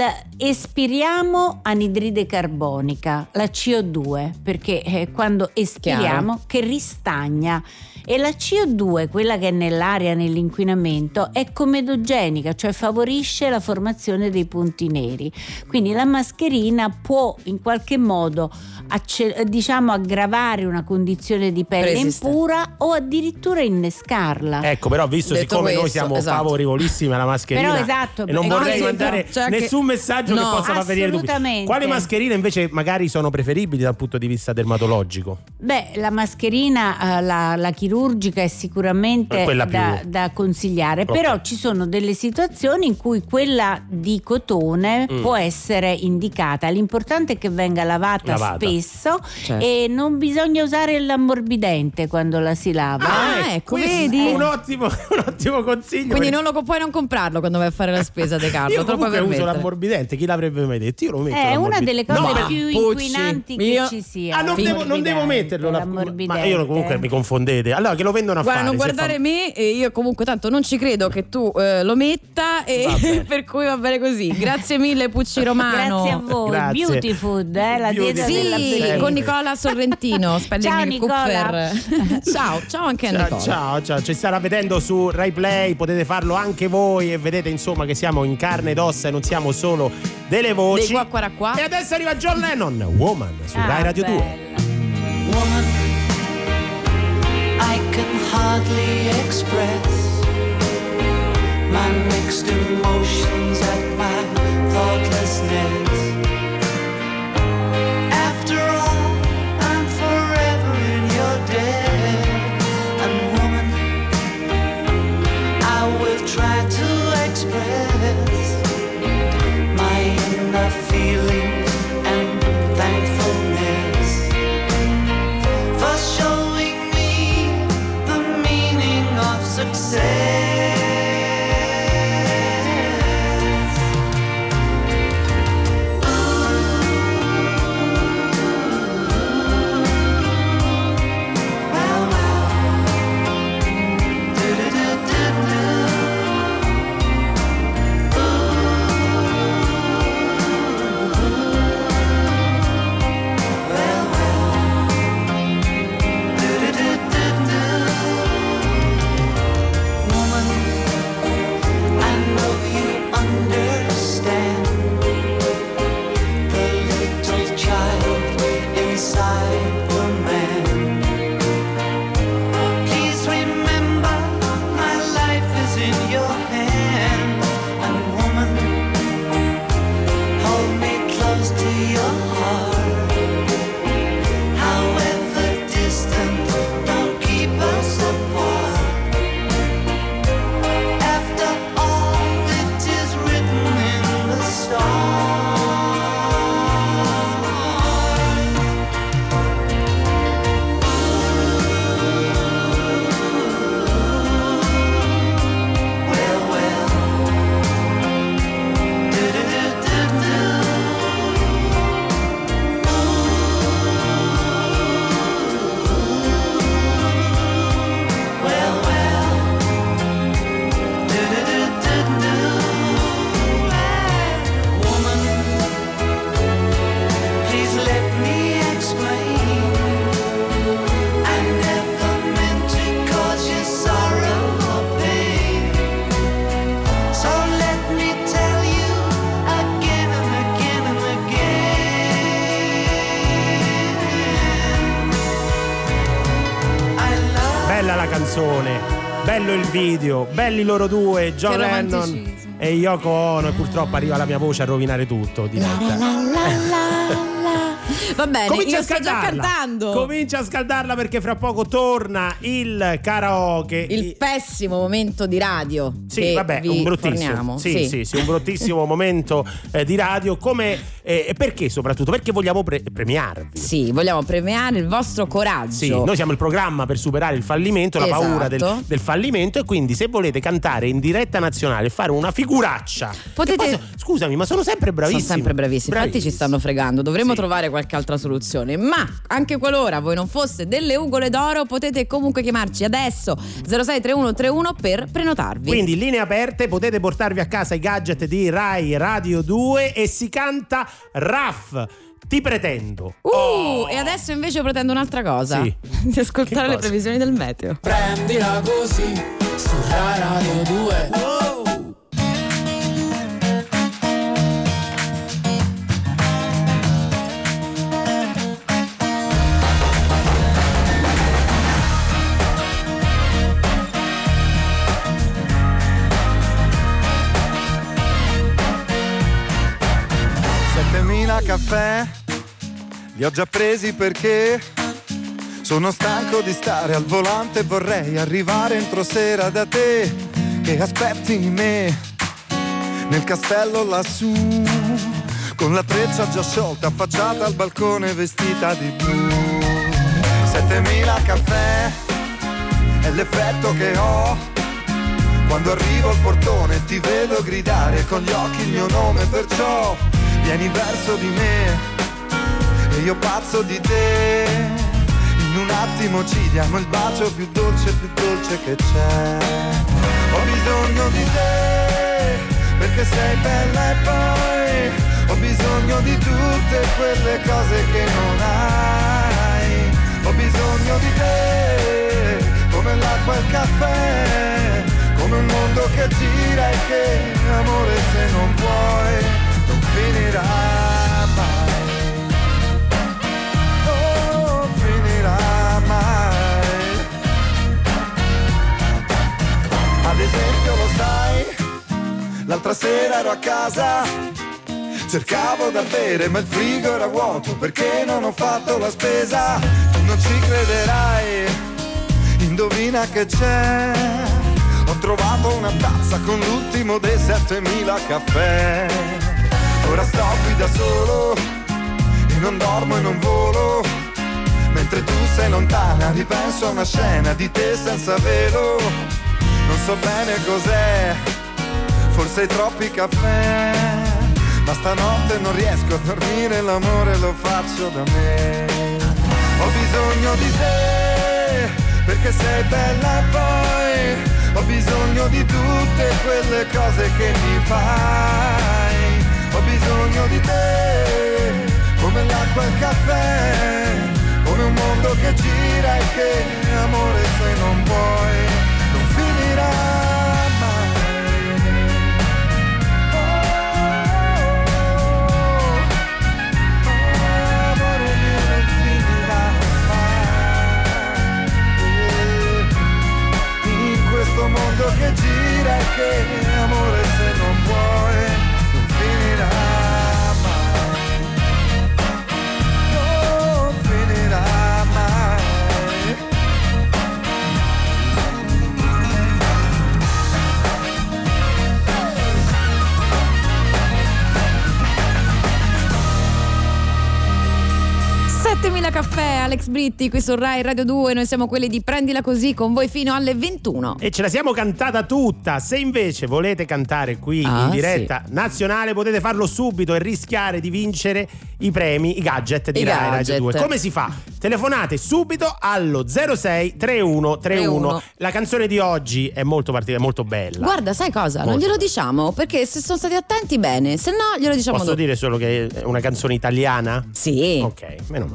espiriamo anidride carbonica, la C O due, perché eh, quando espiriamo che ristagna, e la C O due, quella che è nell'aria, nell'inquinamento, è comedogenica, cioè favorisce la formazione dei punti neri. Quindi la mascherina può in qualche modo acce- diciamo aggravare una condizione di pelle Preesiste. impura o addirittura innescarla. Ecco, però visto Detto siccome noi questo, siamo esatto. favorevolissimi alla mascherina, Però esatto, e non eh, vorrei no, mandare c'è anche- nessun messaggio No, che possa far venire dubbi. assolutamente. Quali mascherine invece magari sono preferibili dal punto di vista dermatologico? Beh, la mascherina, eh, la, la chirurgica è sicuramente Eh, quella da, più- da consigliare, Ok. però ci sono delle situazioni in cui quella di cotone Mm. può essere indicata. L'importante è che venga lavata, Lavata. spesso Certo. e non bisogna usare l'ammorbidente quando la si lava. Ah, ecco, questo vedi? è un ottimo, un ottimo consiglio. Quindi perché non lo, puoi non comprarlo quando vai a fare la spesa, De Carlo. io te lo puoi comunque uso permettere. l'ammorbidente, chi l'avrebbe mai detto? Io lo metto È una delle cose No, ma- più Pucci, inquinanti io- che ci sia. Ah, non devo, non devo metterlo la- l'ammorbidente. ma io comunque mi confondete. Allora che lo vendono a Guarda, fare non se guardare fa- me, e io comunque tanto non ci credo che tu eh, lo metta, e Va bene. per cui va bene così. Grazie mille, Pucci Romano. Grazie a voi. Grazie. Beauty food, eh, la Beauty dieta food. della Sì, bellezza. con Nicola Sorrentino, Spelling Ciao, il Nicola. Kupfer. Ciao, ciao anche a Ciao, Nicola. ciao, ciao, ci starà vedendo su Rai Play, potete farlo anche voi e vedete insomma che siamo in carne ed ossa e non siamo solo delle voci. Dei qua, qua, qua. E adesso arriva John Lennon, Woman, su Ah, Rai Radio due. bella. Woman, I can hardly express my mixed emotions at my thoughtlessness. After all, I'm forever in your debt. And woman, I will try to express my inner feelings and thankfulness for showing me the meaning of success. canzone, bello il video, belli loro due, John Lennon e Yoko Ono, e purtroppo arriva la mia voce a rovinare tutto. Diretta. Va bene, Comincia io a sto già scaldarla. cantando. Comincia a scaldarla perché fra poco torna il karaoke. Il I- pessimo momento di radio. Sì, che vabbè, vi un bruttissimo. forniamo. Sì, sì, sì, un bruttissimo momento eh, di radio. Come eh, e perché soprattutto? Perché vogliamo pre- premiarvi. Sì, vogliamo premiare il vostro coraggio. Sì, noi siamo il programma per superare il fallimento, la paura del, Esatto. del fallimento, e quindi se volete cantare in diretta nazionale e fare una figuraccia, Potete- che poi so- scusami, ma sono sempre bravissimi. Sono sempre bravissimi, infatti ci stanno fregando. Dovremmo Sì. trovare qualche altra soluzione. Ma anche qualora voi non foste delle ugole d'oro, potete comunque chiamarci adesso zero sei tre uno tre uno per prenotarvi. Quindi linee aperte, potete portarvi a casa i gadget di Rai Radio due e si canta Raff. Ti pretendo. Uh, Oh. e adesso invece pretendo un'altra cosa. Sì. Di ascoltare Che le cosa? previsioni del meteo. Prendila così su Rai Radio due. settemila caffè li ho già presi perché sono stanco di stare al volante e vorrei arrivare entro sera da te che aspetti me nel castello lassù con la treccia già sciolta affacciata al balcone vestita di blu. Settemila caffè è l'effetto che ho quando arrivo al portone e ti vedo gridare con gli occhi il mio nome, perciò vieni verso di me e io pazzo di te. In un attimo ci diamo il bacio più dolce, più dolce che c'è. Ho bisogno di te perché sei bella e poi ho bisogno di tutte quelle cose che non hai. Ho bisogno di te come l'acqua e il caffè, come un mondo che gira e che amore se non vuoi non finirà mai, non finirà mai. Ad esempio lo sai, l'altra sera ero a casa, cercavo da bere ma il frigo era vuoto perché non ho fatto la spesa. Tu non ci crederai, indovina che c'è. Ho trovato una tazza con l'ultimo dei settemila caffè. Ora sto qui da solo e non dormo e non volo. Mentre tu sei lontana ripenso a una scena di te senza velo. Non so bene cos'è, forse i troppi caffè. Ma stanotte non riesco a dormire, l'amore lo faccio da me. Ho bisogno di te perché sei bella e poi ho bisogno di tutte quelle cose che mi fai. Ho bisogno di te come l'acqua e il caffè, come un mondo che gira e che amore se non vuoi non finirà mai. Oh, amore mio non finirà mai. In questo mondo che gira e che amore se non vuoi non finirà mai, non finirà mai. settemila caffè, Alex Britti qui su Rai Radio due. Noi siamo quelli di Prendila Così, con voi fino alle ventuno. E ce la siamo cantata tutta. Se invece volete cantare qui Ah, in diretta nazionale, potete farlo subito e rischiare di vincere i premi, i gadget di I Rai gadget. Radio due. Come si fa? Telefonate subito allo zero sei tre uno tre uno. La canzone di oggi è molto particolare, molto bella. Guarda, sai cosa? Non Cosa? glielo diciamo perché se sono stati attenti bene, se no glielo diciamo Posso dopo. dire solo che è una canzone italiana? Sì. Ok, meno male. Ma puoi dire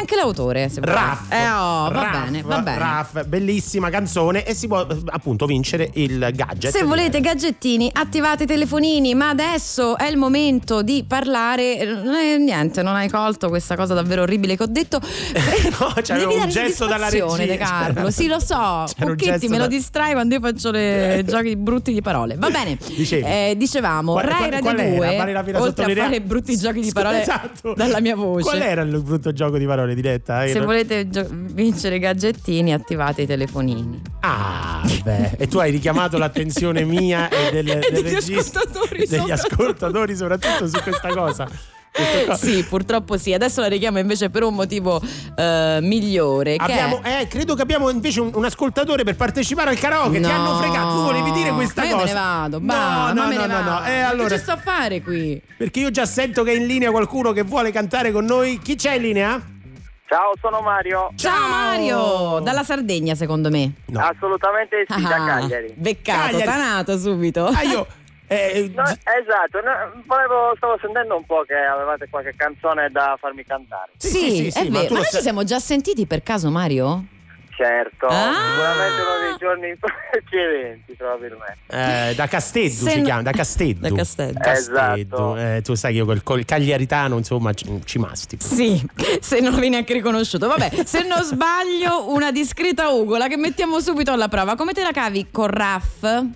anche l'autore. Se vuoi. Raff. Eh, oh, va Raff, bene, va bene. Raff, bellissima canzone e si può appunto vincere il gadget. Se volete gadgettini, attivate i telefonini, ma adesso è il momento di parlare. Eh, niente, non hai colto questa cosa davvero orribile che ho detto. No, c'era un gesto dalla regia. De Carlo. Sì, lo so. Pocchetti me lo da... distrai quando io faccio le giochi brutti di parole. Va bene. Eh, dicevamo, qual, Rai qual, Radio qual due, era? Vale oltre a fare brutti giochi di parole esatto. dalla mia voce. Qual era il brutto gioco di parole, Diletta? Se volete gio- vincere gadgettini, attivate i telefonini. Ah, beh. E tu hai richiamato l'attenzione mia e, del, e del degli regista, ascoltatori, degli ascoltatori soprattutto su questa cosa. Sì, purtroppo sì. Adesso la richiamo invece per un motivo uh, migliore. Abbiamo, che è... eh, credo che abbiamo invece un, un ascoltatore per partecipare al karaoke. No, Ti hanno fregato. Tu volevi dire questa ma io cosa? me ne vado. No, bah, no, me no, ne no, vado. no. Eh, allora, che ci sto a fare qui? Perché io già sento che è in linea qualcuno che vuole cantare con noi. Chi c'è in linea? Ciao, sono Mario. Ciao, Ciao Mario, dalla Sardegna secondo me. No. Assolutamente sì, ah, da Cagliari. Beccato, Cagliari. Tanato subito. Ah, io Eh, no, esatto, no, volevo, stavo sentendo un po' che avevate qualche canzone da farmi cantare. Sì, sì, sì, sì è vero. Ma, ma noi sai... ci siamo già sentiti per caso, Mario? Certo, ah. sicuramente uno dei giorni più eventi probabilmente. Eh, da Casteddu si no... chiama, da Casteddu. Da Casteddu. Esatto. Eh, tu sai che io col, col cagliaritano insomma ci, ci mastico. Sì, se non viene neanche riconosciuto. Vabbè, se non sbaglio una discreta ugola che mettiamo subito alla prova. Come te la cavi con Raff?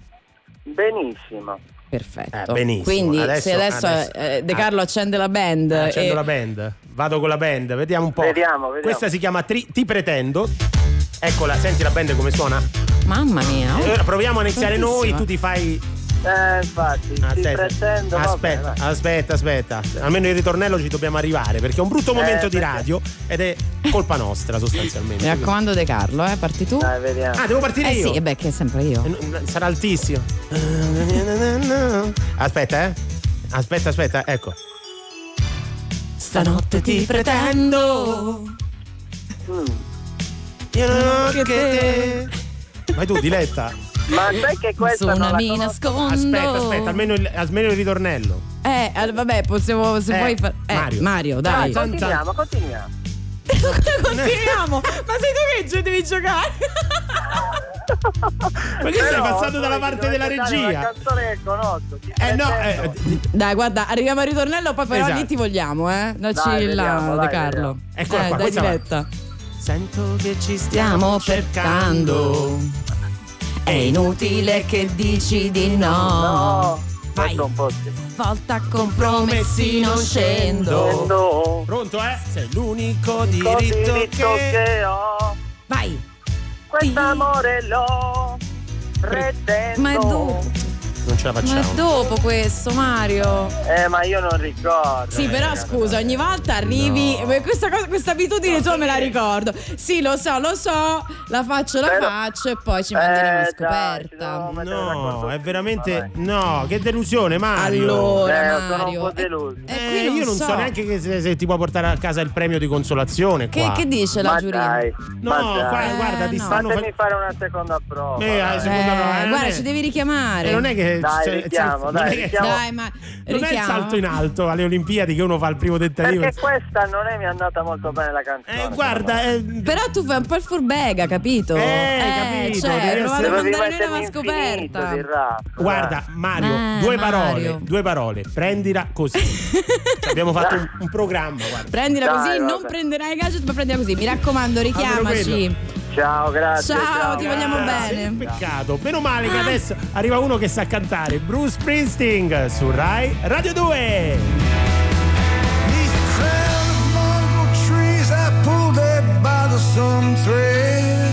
Benissimo. Perfetto. Eh, benissimo. Quindi adesso, se adesso, adesso eh, De Carlo accende la band. eh, accendo e... la band. Vado con la band, vediamo un po'. Vediamo, vediamo. Questa si chiama tri- Ti pretendo. Eccola, senti la band come suona? Mamma mia. Ora proviamo a iniziare noi, tu ti fai. Eh, infatti, ti pretendo. Aspetta, vabbè, aspetta, aspetta. Almeno il ritornello ci dobbiamo arrivare, perché è un brutto momento eh, di radio ed è colpa nostra sostanzialmente. Mi raccomando De Carlo, eh, parti tu. Dai, vediamo. Ah, devo partire eh io? sì, e beh, che è sempre io. Sarà altissimo. Aspetta, eh. Aspetta, aspetta, ecco. Stanotte ti pretendo. Mm. Io non ho che te. te. Vai tu, Diletta. Ma sai che questa Zona non la mi conosco? nascondo. Aspetta, aspetta, almeno il, almeno il ritornello. Eh, vabbè, possiamo se Eh, vuoi far... eh, Mario. Mario, dai. Dai, continuiamo, continuiamo. Continuiamo. Ma sei tu che ci devi giocare? Ma che stai passando dalla parte della regia? Una canzone che conosco. Eh no, eh, dai, guarda, arriviamo al ritornello, poi però Esatto. lì ti vogliamo, eh. Non Dai, ci vediamo, là, dai, De Carlo. Eccola eh, qua, dai, questa va. Diletta. Sento che ci Stiamo stiamo cercando. È inutile che dici di no. No, Vai. questo un po' sì. Volta compromessi non scendo. Scendo. Pronto, eh? Sei l'unico Il diritto, diritto che... che ho. Vai. Quest'amore lo pretendo. Ma è dopo. Non ce la Ma è facciamo. dopo questo, Mario. Eh, ma io non ricordo. Sì, però scusa, ogni volta arrivi. No. Questa, cosa, questa abitudine tu me la ricordo. Sì, lo so, lo so, la faccio, la Però- faccio e poi ci manderemo a Eh, dai, ci scoperta. dobbiamo mettere d'accordo No, è prima, veramente. dai. No, che delusione, Mario. Allora, Eh, sono un Mario. po' eh, deluso. eh, Eh, qui non io non so, so neanche che se, se ti può portare a casa il premio di consolazione. Che, qua. che dice la Ma giuria? dai, No, ma qua, dai. guarda, ti Eh, no. stanno Fatemi fa- fare una seconda prova. Eh, dai. la seconda Eh, prova, eh, non guarda, è- ci devi richiamare. E non è che Dai, cioè, richiamo, non dai, è che- richiamo. Dai, ma non è il richiama. salto in alto alle Olimpiadi che uno fa il primo tentativo. Perché questa non è mi è andata molto bene la canzone. Eh, guarda, eh, Però tu fai un po' il furbega, capito? Eh, capito, Cioè, devi hai provato a essere- Dovevi mandare noi mettermi una infinito scoperta. di rap, guarda, Mario, Eh, due Mario. parole, due parole, prendila così. Cioè, abbiamo fatto un, un programma, guarda. Prendila Dai, così, vabbè. non prenderai i gadget, ma prendila così. Mi raccomando, richiamaci. quello. Ciao, grazie. Ciao, ti grazie. vogliamo Grazie, bene. Peccato. Meno male che adesso arriva uno che sa cantare. Bruce Springsteen su Rai Radio due. Neath the crown of mongrel trees, I pulled it by the some thread.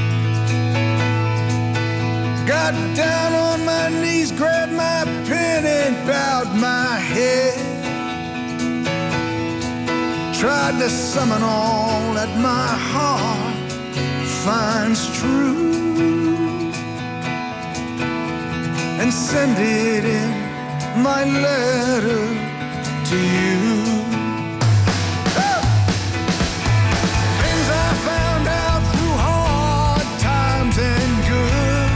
Got down on my knees, grabbed my pen and bowed my head. Tried to summon all that my heart finds true and send it in my letter to you. Things I found out through hard times and good,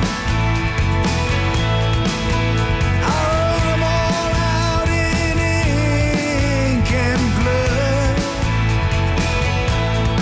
I wrote them all out in ink and blood.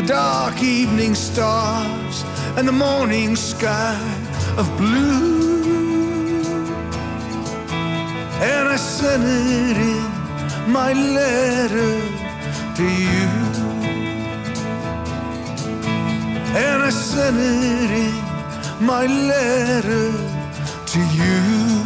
the dark evening stars and the morning sky of blue. And I sent it in my letter to you. And I sent it in my letter to you.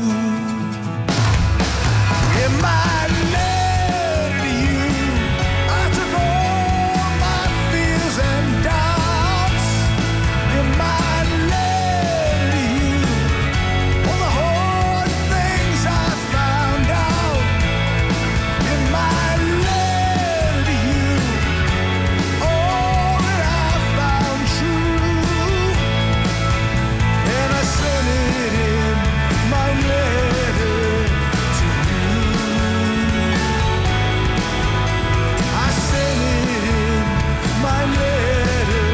In my letter to you, I took all my fears and doubts. In my letter to you, all the hard things I found out. In my letter to you, all that I found true. And I sent it in my letter to you. I sent it in my letter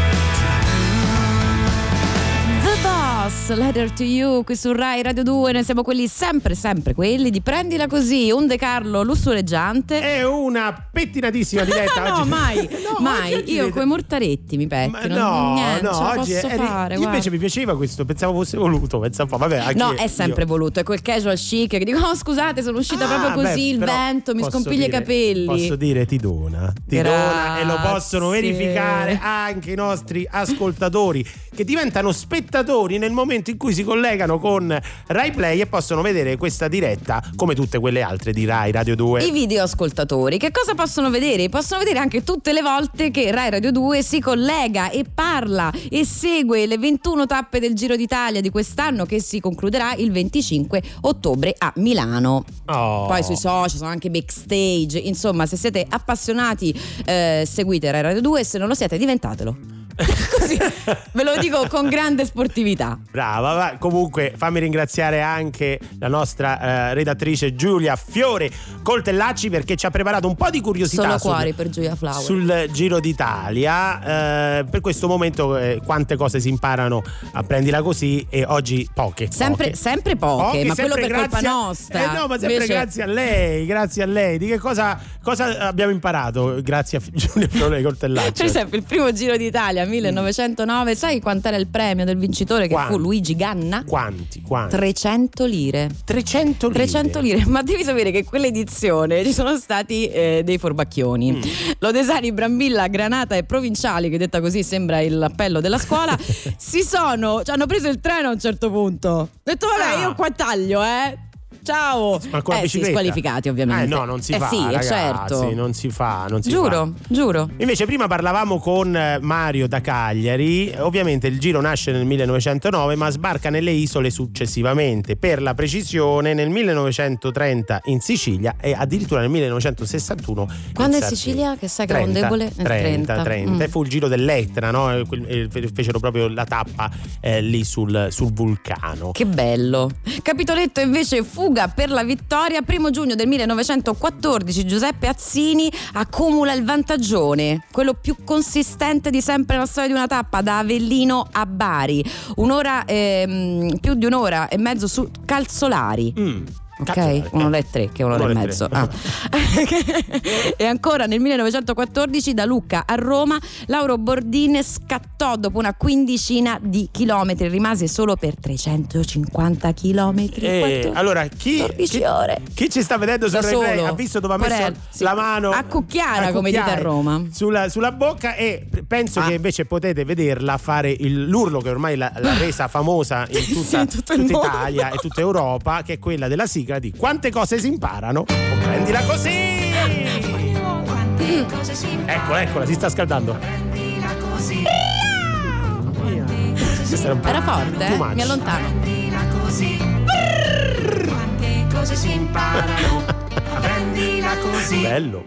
The Boss, Letter to You, qui su Rai Radio due. Noi siamo quelli sempre, sempre quelli di Prendila Così, un De Carlo lussureggiante. È una pettinatissima diretta no, oggi. mai, No, mai. oggi Io diretta- coi mortaretti mi Ma pettino. no, Niente, no, ce la oggi posso è- fare. io guarda. invece mi piaceva questo, pensavo fosse voluto, pensa un po', vabbè, anche No, è io- sempre voluto, è quel casual chic che dico: oh, scusate, sono uscita Ah, proprio così, beh, il però vento mi posso scompiglia dire- i capelli. Posso dire ti dona, ti dona, e lo possono Grazie. verificare anche i nostri ascoltatori che diventano spettatori nel momento in cui si collegano con Rai Play e possono vedere questa diretta come tutte quelle altre di Rai Radio due. I video ascoltatori che cosa possono vedere? Possono vedere anche tutte le volte che Rai Radio due si collega e parla e segue le ventuno tappe del Giro d'Italia di quest'anno, che si concluderà il venticinque ottobre a Milano. Oh. Poi sui social sono anche backstage, insomma, se siete appassionati eh, seguite Rai Radio due, se non lo siete diventatelo. Così ve lo dico con grande sportività. Brava, va. Comunque fammi ringraziare anche la nostra eh, redattrice Giulia Fiore Coltellacci, perché ci ha preparato un po' di curiosità Solo sul- cuori per Giulia Flower. sul Giro d'Italia. Eh, per questo momento eh, quante cose si imparano a Prendila Così, e oggi poche. Sempre, poche. sempre poche, Poche, ma quello sempre per colpa grazie a- nostra. Eh no, ma sempre Invece- grazie a lei, grazie a lei. Di che cosa, cosa abbiamo imparato grazie a Giulia Fiore Coltellacci? Per esempio, il primo Giro d'Italia millenovecentonove, sai quant'era il premio del vincitore, che Quanti? fu Luigi Ganna? Quanti? Quanti? trecento lire. trecento lire. trecento lire, ma devi sapere che quell'edizione ci sono stati eh, dei forbacchioni. Mm. Lodesani, Brambilla, Granata e Provinciali, che detta così sembra l'appello della scuola, si sono, cioè hanno preso il treno a un certo punto. Ho detto vabbè, Ah. io qua taglio, eh. Ciao. Ma con la eh sì, bicicletta? squalificati ovviamente. Eh no, non si eh fa, sì, ragazzi, certo. non si fa, non si Giuro, fa. giuro. Invece prima parlavamo con eh, Mario da Cagliari. Ovviamente il giro nasce nel millenovecentonove, ma sbarca nelle isole successivamente, per la precisione nel millenovecentotrenta in Sicilia e addirittura nel millenovecentosessantuno in Quando è Sardegna. Sicilia? Che sai che è un trenta, debole? Nel trenta, trenta. Mm. E fu il giro dell'Etna, no? E quel- e fecero proprio la tappa eh, lì sul, sul vulcano. Che bello. Capitoletto invece fuga per la vittoria. Primo giugno del millenovecentoquattordici Giuseppe Azzini accumula il vantaggione, quello più consistente di sempre nella storia di una tappa, da Avellino a Bari. Un'ora, ehm, più di un'ora e mezzo su Calzolari. Mm. Ok, Calzolari, un'ora eh. e tre, che è un'ora, Un'ora e e mezzo. tre. Ah. E ancora nel millenovecentoquattordici da Lucca a Roma Lauro Bordin scattò dopo una quindicina di chilometri, rimase solo per trecentocinquanta chilometri. Eh, Quattro- allora chi, quattordici chi, ore. chi ci sta vedendo sul Da replay solo. ha visto dove ha messo Porello, sì. la mano A cucchiara, come dite a Roma. sulla, sulla bocca, e penso Ah. che invece potete vederla fare il, l'urlo che ormai l'ha, l'ha resa famosa in tutta, Sì, in tutto il tutta mondo. Italia e tutta Europa, che è quella della sigla di Quante cose si imparano con Prendila Così. Eccola, eccola, si sta scaldando. Questa era un po' Era forte, too eh? much. Mi allontano. Quante cose si imparano, prendila così. Bello.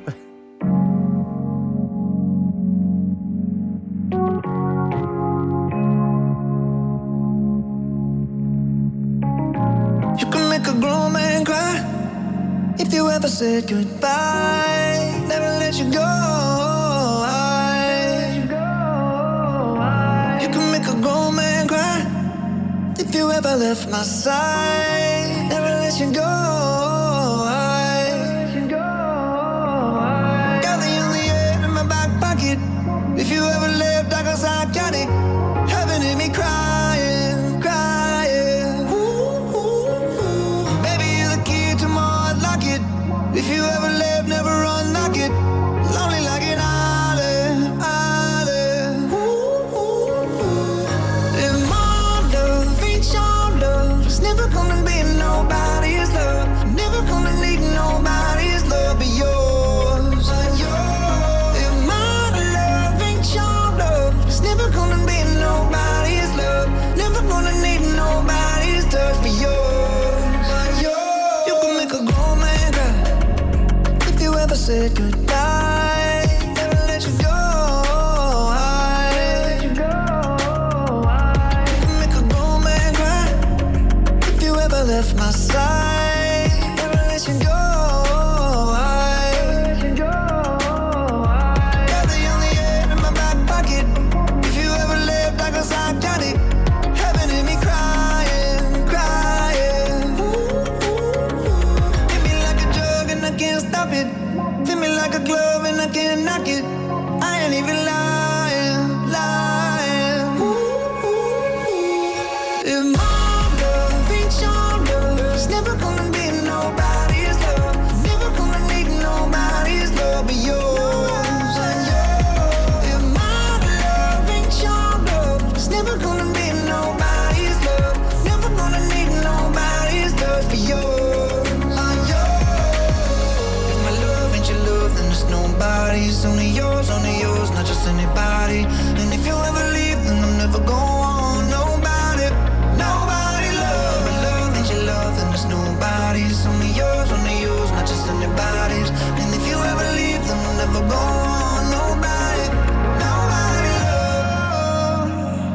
You can make a grown man cry if you ever said goodbye. Never let you go. You can make a grown man cry if you ever left my side. Never let you go. Got the only air in my back pocket. If you a psychotic. Heaven in me crying, crying. Ooh, ooh, ooh. Baby, you're the key to my heart, lock it. If you ever left, never unlock it. Lonely like an island, island. Ooh, ooh, ooh. If my love ain't your love, it's never gonna be nobody's love. Never gonna need nobody's love but yours. If my love ain't your love, it's never gonna be nobody's love. Never gonna need nobody's touch but yours. You can make a grown man cry if you ever said goodbye. Never let you go. I- You can make a grown man cry if you ever left my side. Never let you go. I- You're the only air in my back pocket. If you ever lived like a psychotic. Heaven in me crying, crying. Hit me like a drug and I can't stop it. Fit me like a glove and I can't knock it. I ain't even lying, lying. If my love ain't your love, it's never gonna be nobody's love. Never gonna need nobody's love but yours. If my love ain't your love, it's never gonna be nobody's love. Never gonna need nobody's love but yours. If my love ain't your love, then it's nobody's. Only yours, only yours, not just anybody. And if you ever leave, then I'm never going. Nobody, nobody love. My love ain't your love, then it's nobody's. Only yours, only yours, not just anybody's. And if you ever leave, then I'm never going. Nobody, nobody love.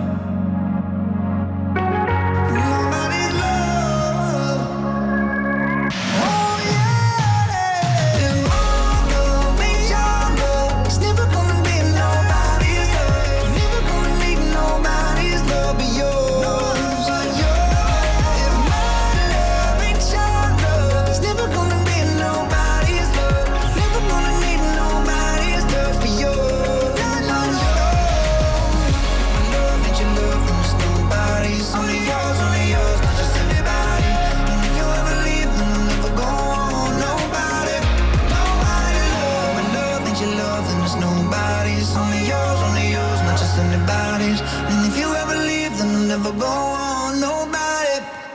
Nobody's love. Oh yeah. If my love ain't your love, it's never gonna be nobody's love. Never gonna need nobody's love but yours. If my love ain't your love, it's never gonna be nobody's love. Never gonna need nobody's love but yours. My love ain't your love, then it's nobody's. Only yours, only yours, not just anybody. And if you ever leave, then I'll never go on. Nobody, nobody love. My love ain't your love, then it's nobody's. Only yours, only yours, not just anybody's. And if you ever leave, then I'll never go on. Nobody,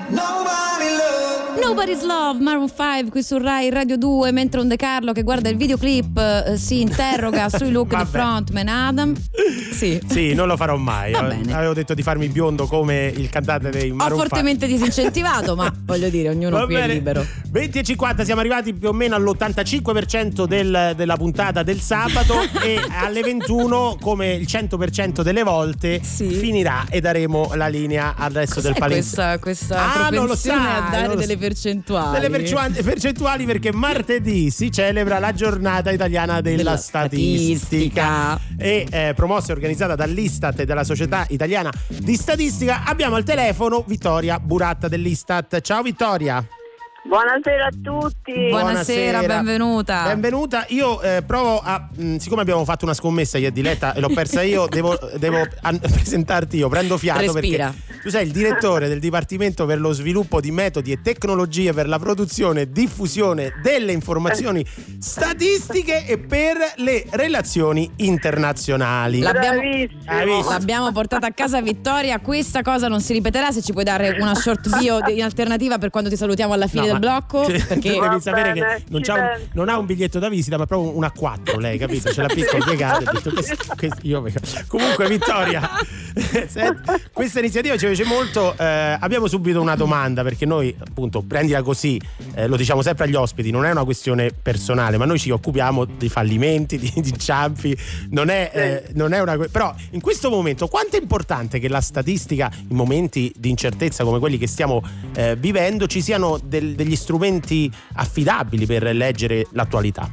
nobody love. Nobody's Love, Maroon cinque qui su Rai Radio due, mentre un De Carlo che guarda il videoclip eh, si interroga sui look di Vabbè. frontman Adam. Sì. Sì, non lo farò mai. Va bene. Avevo detto di farmi biondo come il cantante dei Ho Maroon fortemente disincentivato, ma voglio dire, ognuno Va qui è bene. libero. venti e cinquanta, siamo arrivati più o meno all'ottantacinque per cento del, della puntata del sabato e alle ventuno, come il cento per cento delle volte, finirà e daremo la linea al resto Cos'è del palinsesto. questa, questa Ah, non lo propensione sai, a non dare lo delle so. percentuali? Delle percentuali, percentuali perché martedì si celebra la giornata italiana della, Della statistica, statistica. e eh, promossa e organizzata dall'Istat e dalla Società Italiana di Statistica. Abbiamo al telefono Vittoria Buratta dell'Istat. Ciao Vittoria. Buonasera a tutti. Buonasera, benvenuta. Benvenuta. Io eh, provo a mh, siccome abbiamo fatto una scommessa io e Diletta e l'ho persa io, devo, devo an- presentarti io. Prendo fiato. Respira. Perché tu sei il direttore del Dipartimento per lo sviluppo di metodi e tecnologie per la produzione e diffusione delle informazioni statistiche e per le relazioni internazionali. L'abbiamo, Hai visto? l'abbiamo portata a casa Vittoria. Questa cosa non si ripeterà. Se ci puoi dare una short bio in alternativa per quando ti salutiamo alla fine No, del blocco, cioè, perché devi sapere bene, che non, ci c'ha un, penso. non ha un biglietto da visita, ma proprio un A quattro lei, capito? Ce l'ha piccola piegata. Detto, questo, questo, io, comunque Vittoria, senti, questa iniziativa ci piace molto. Eh, abbiamo subito una domanda, perché noi appunto, prendila così, eh, lo diciamo sempre agli ospiti, non è una questione personale, ma noi ci occupiamo di fallimenti, di, di inciampi, non è, eh, non è una però in questo momento quanto è importante che la statistica in momenti di incertezza come quelli che stiamo eh, vivendo ci siano del, degli strumenti affidabili per leggere l'attualità?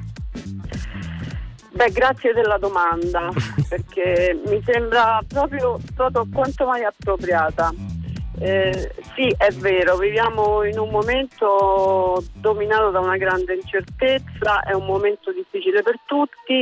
Beh, grazie della domanda, perché mi sembra proprio, proprio quanto mai appropriata. Eh, sì, è vero, viviamo in un momento dominato da una grande incertezza, è un momento difficile per tutti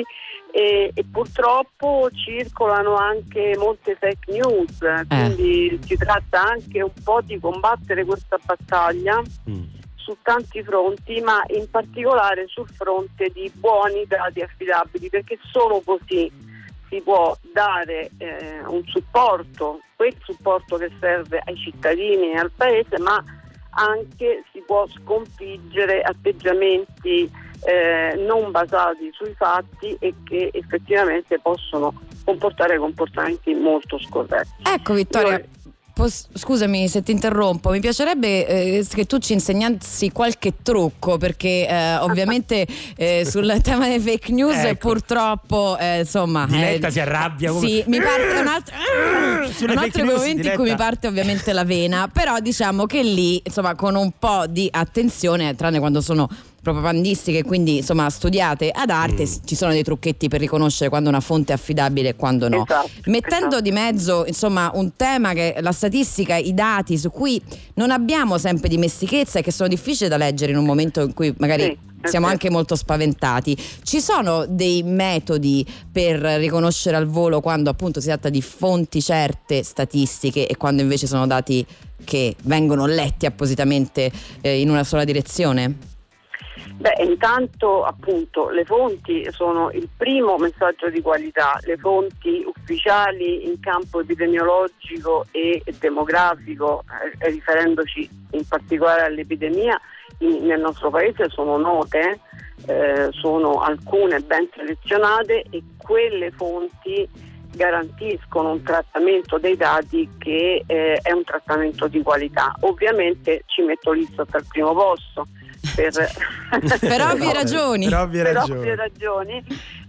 e, e purtroppo circolano anche molte fake news, quindi si tratta anche un po' di combattere questa battaglia mm. su tanti fronti, ma in particolare sul fronte di buoni dati affidabili, perché solo così si può dare eh, un supporto, quel supporto che serve ai cittadini e al paese, ma anche si può sconfiggere atteggiamenti eh, non basati sui fatti e che effettivamente possono comportare comportamenti molto scorretti. Ecco Vittoria, Io... Pos- scusami se ti interrompo, mi piacerebbe eh, che tu ci insegnassi qualche trucco, perché eh, ovviamente eh, sul tema delle fake news ecco. purtroppo eh, insomma Diletta eh, si arrabbia come... sì, mi parte un altro, Sulle un fake altro news, momento Diletta. in cui mi parte ovviamente la vena, però diciamo che lì insomma con un po' di attenzione, tranne quando sono propagandistiche, quindi insomma studiate ad arte, mm. ci sono dei trucchetti per riconoscere quando una fonte è affidabile e quando no. Esatto, mettendo esatto. di mezzo insomma un tema che è la statistica, i dati su cui non abbiamo sempre dimestichezza e che sono difficili da leggere in un momento in cui magari sì, siamo sì. anche molto spaventati. Ci sono dei metodi per riconoscere al volo quando appunto si tratta di fonti certe statistiche e quando invece sono dati che vengono letti appositamente eh, in una sola direzione? Beh, intanto appunto le fonti sono il primo messaggio di qualità, le fonti ufficiali in campo epidemiologico e demografico, eh, riferendoci in particolare all'epidemia, in, nel nostro paese sono note, eh, sono alcune ben selezionate e quelle fonti garantiscono un trattamento dei dati che eh, è un trattamento di qualità. Ovviamente ci metto l'Istat al primo posto. Per, per ovvie ragioni, per ovvie per ragioni, ovvie ragioni.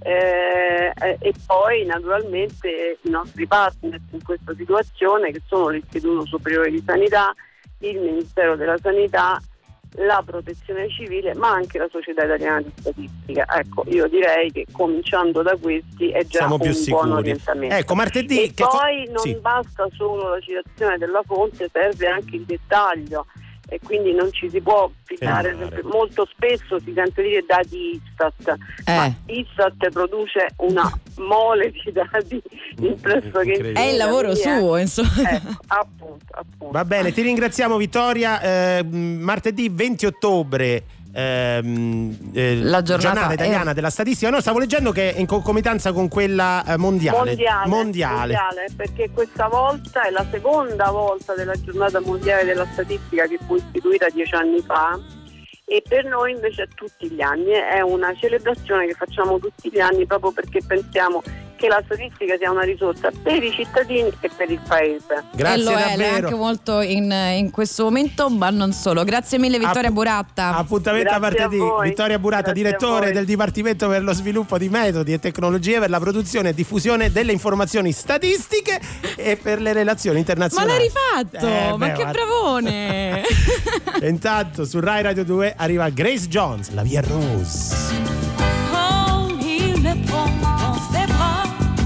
Eh, eh, e poi naturalmente i nostri partner in questa situazione, che sono l'Istituto Superiore di Sanità, il Ministero della Sanità, la Protezione Civile, ma anche la Società Italiana di Statistica. Ecco, io direi che cominciando da questi è già siamo un più buon sicuri. orientamento. Ecco, martedì e che poi co- non sì. basta solo la citazione della fonte, serve anche il dettaglio. E quindi non ci si può fidare, perché molto spesso si sente dire dati Istat, eh. ma Istat produce una mole di dati in pressoché è il lavoro suo, insomma. Ecco, appunto, appunto. Va bene, ti ringraziamo Vittoria. Eh, martedì venti ottobre ehm, eh, la giornata italiana è... della statistica. No, stavo leggendo che è in concomitanza con quella eh, mondiale. Mondiale, mondiale mondiale, perché questa volta è la seconda volta della giornata mondiale della statistica, che fu istituita dieci anni fa, e per noi invece è tutti gli anni, è una celebrazione che facciamo tutti gli anni proprio perché pensiamo che la statistica sia una risorsa per i cittadini e per il paese. Grazie, e lo è, davvero. lo è anche molto in, in questo momento, ma non solo. Grazie mille Vittoria App- Buratta. Appuntamento Grazie a martedì. a voi. Vittoria Buratta, Grazie a direttore voi. del Dipartimento per lo Sviluppo di Metodi e Tecnologie per la produzione e diffusione delle informazioni statistiche e per le relazioni Ma internazionali. l'hai rifatto? Eh, ma beh, che guarda. bravone! E intanto su Rai Radio due arriva Grace Jones, La Via Rose. Quand il me prend dans ses bras,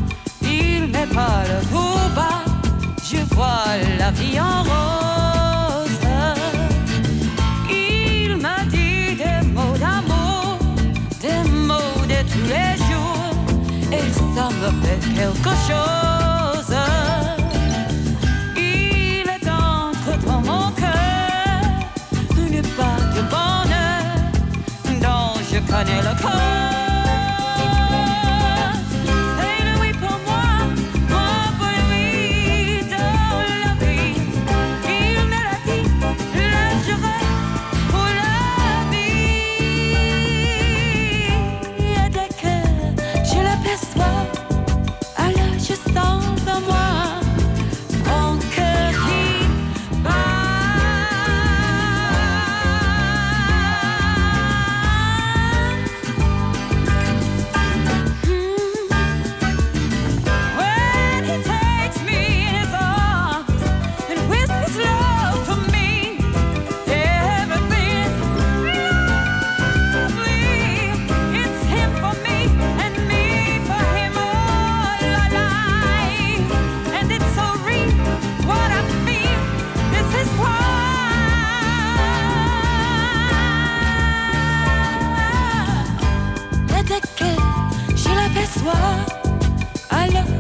il met pas le tout bas, je vois la vie en rose. Il m'a dit des mots d'amour, des mots de tous les jours, et ça me fait quelque chose. Il est entre dans mon cœur une part de bonheur dont je connais le code. C'est lui pour moi, moi pour lui, dans la vie. Il me l'a dit, le juré pour la vie. Et dès que je l'aperçois, alors je sens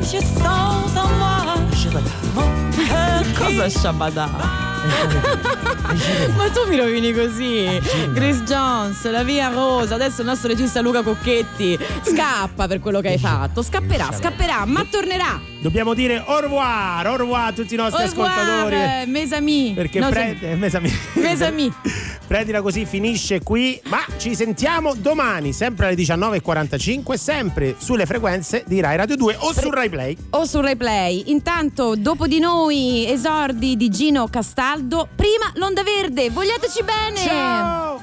fier sans en moi. Mon cœur Cosa Shabada? Ma tu mi rovini così. Grace Jones, La Via Rosa. Adesso il nostro regista Luca Cocchetti scappa per quello che hai fatto. Scapperà, scapperà, ma tornerà. Dobbiamo dire au revoir, au revoir a tutti i nostri Au revoir, ascoltatori. mes amis. Perché No, prende, mes amis. Mes amis. Prendila così, finisce qui. Ma ci sentiamo domani, sempre alle diciannove e quarantacinque, sempre sulle frequenze di Rai Radio due o su Rai Play. O su Rai Play. Intanto, dopo di noi, esordi di Gino Castaldo. Prima l'Onda Verde. Vogliateci bene. Ciao.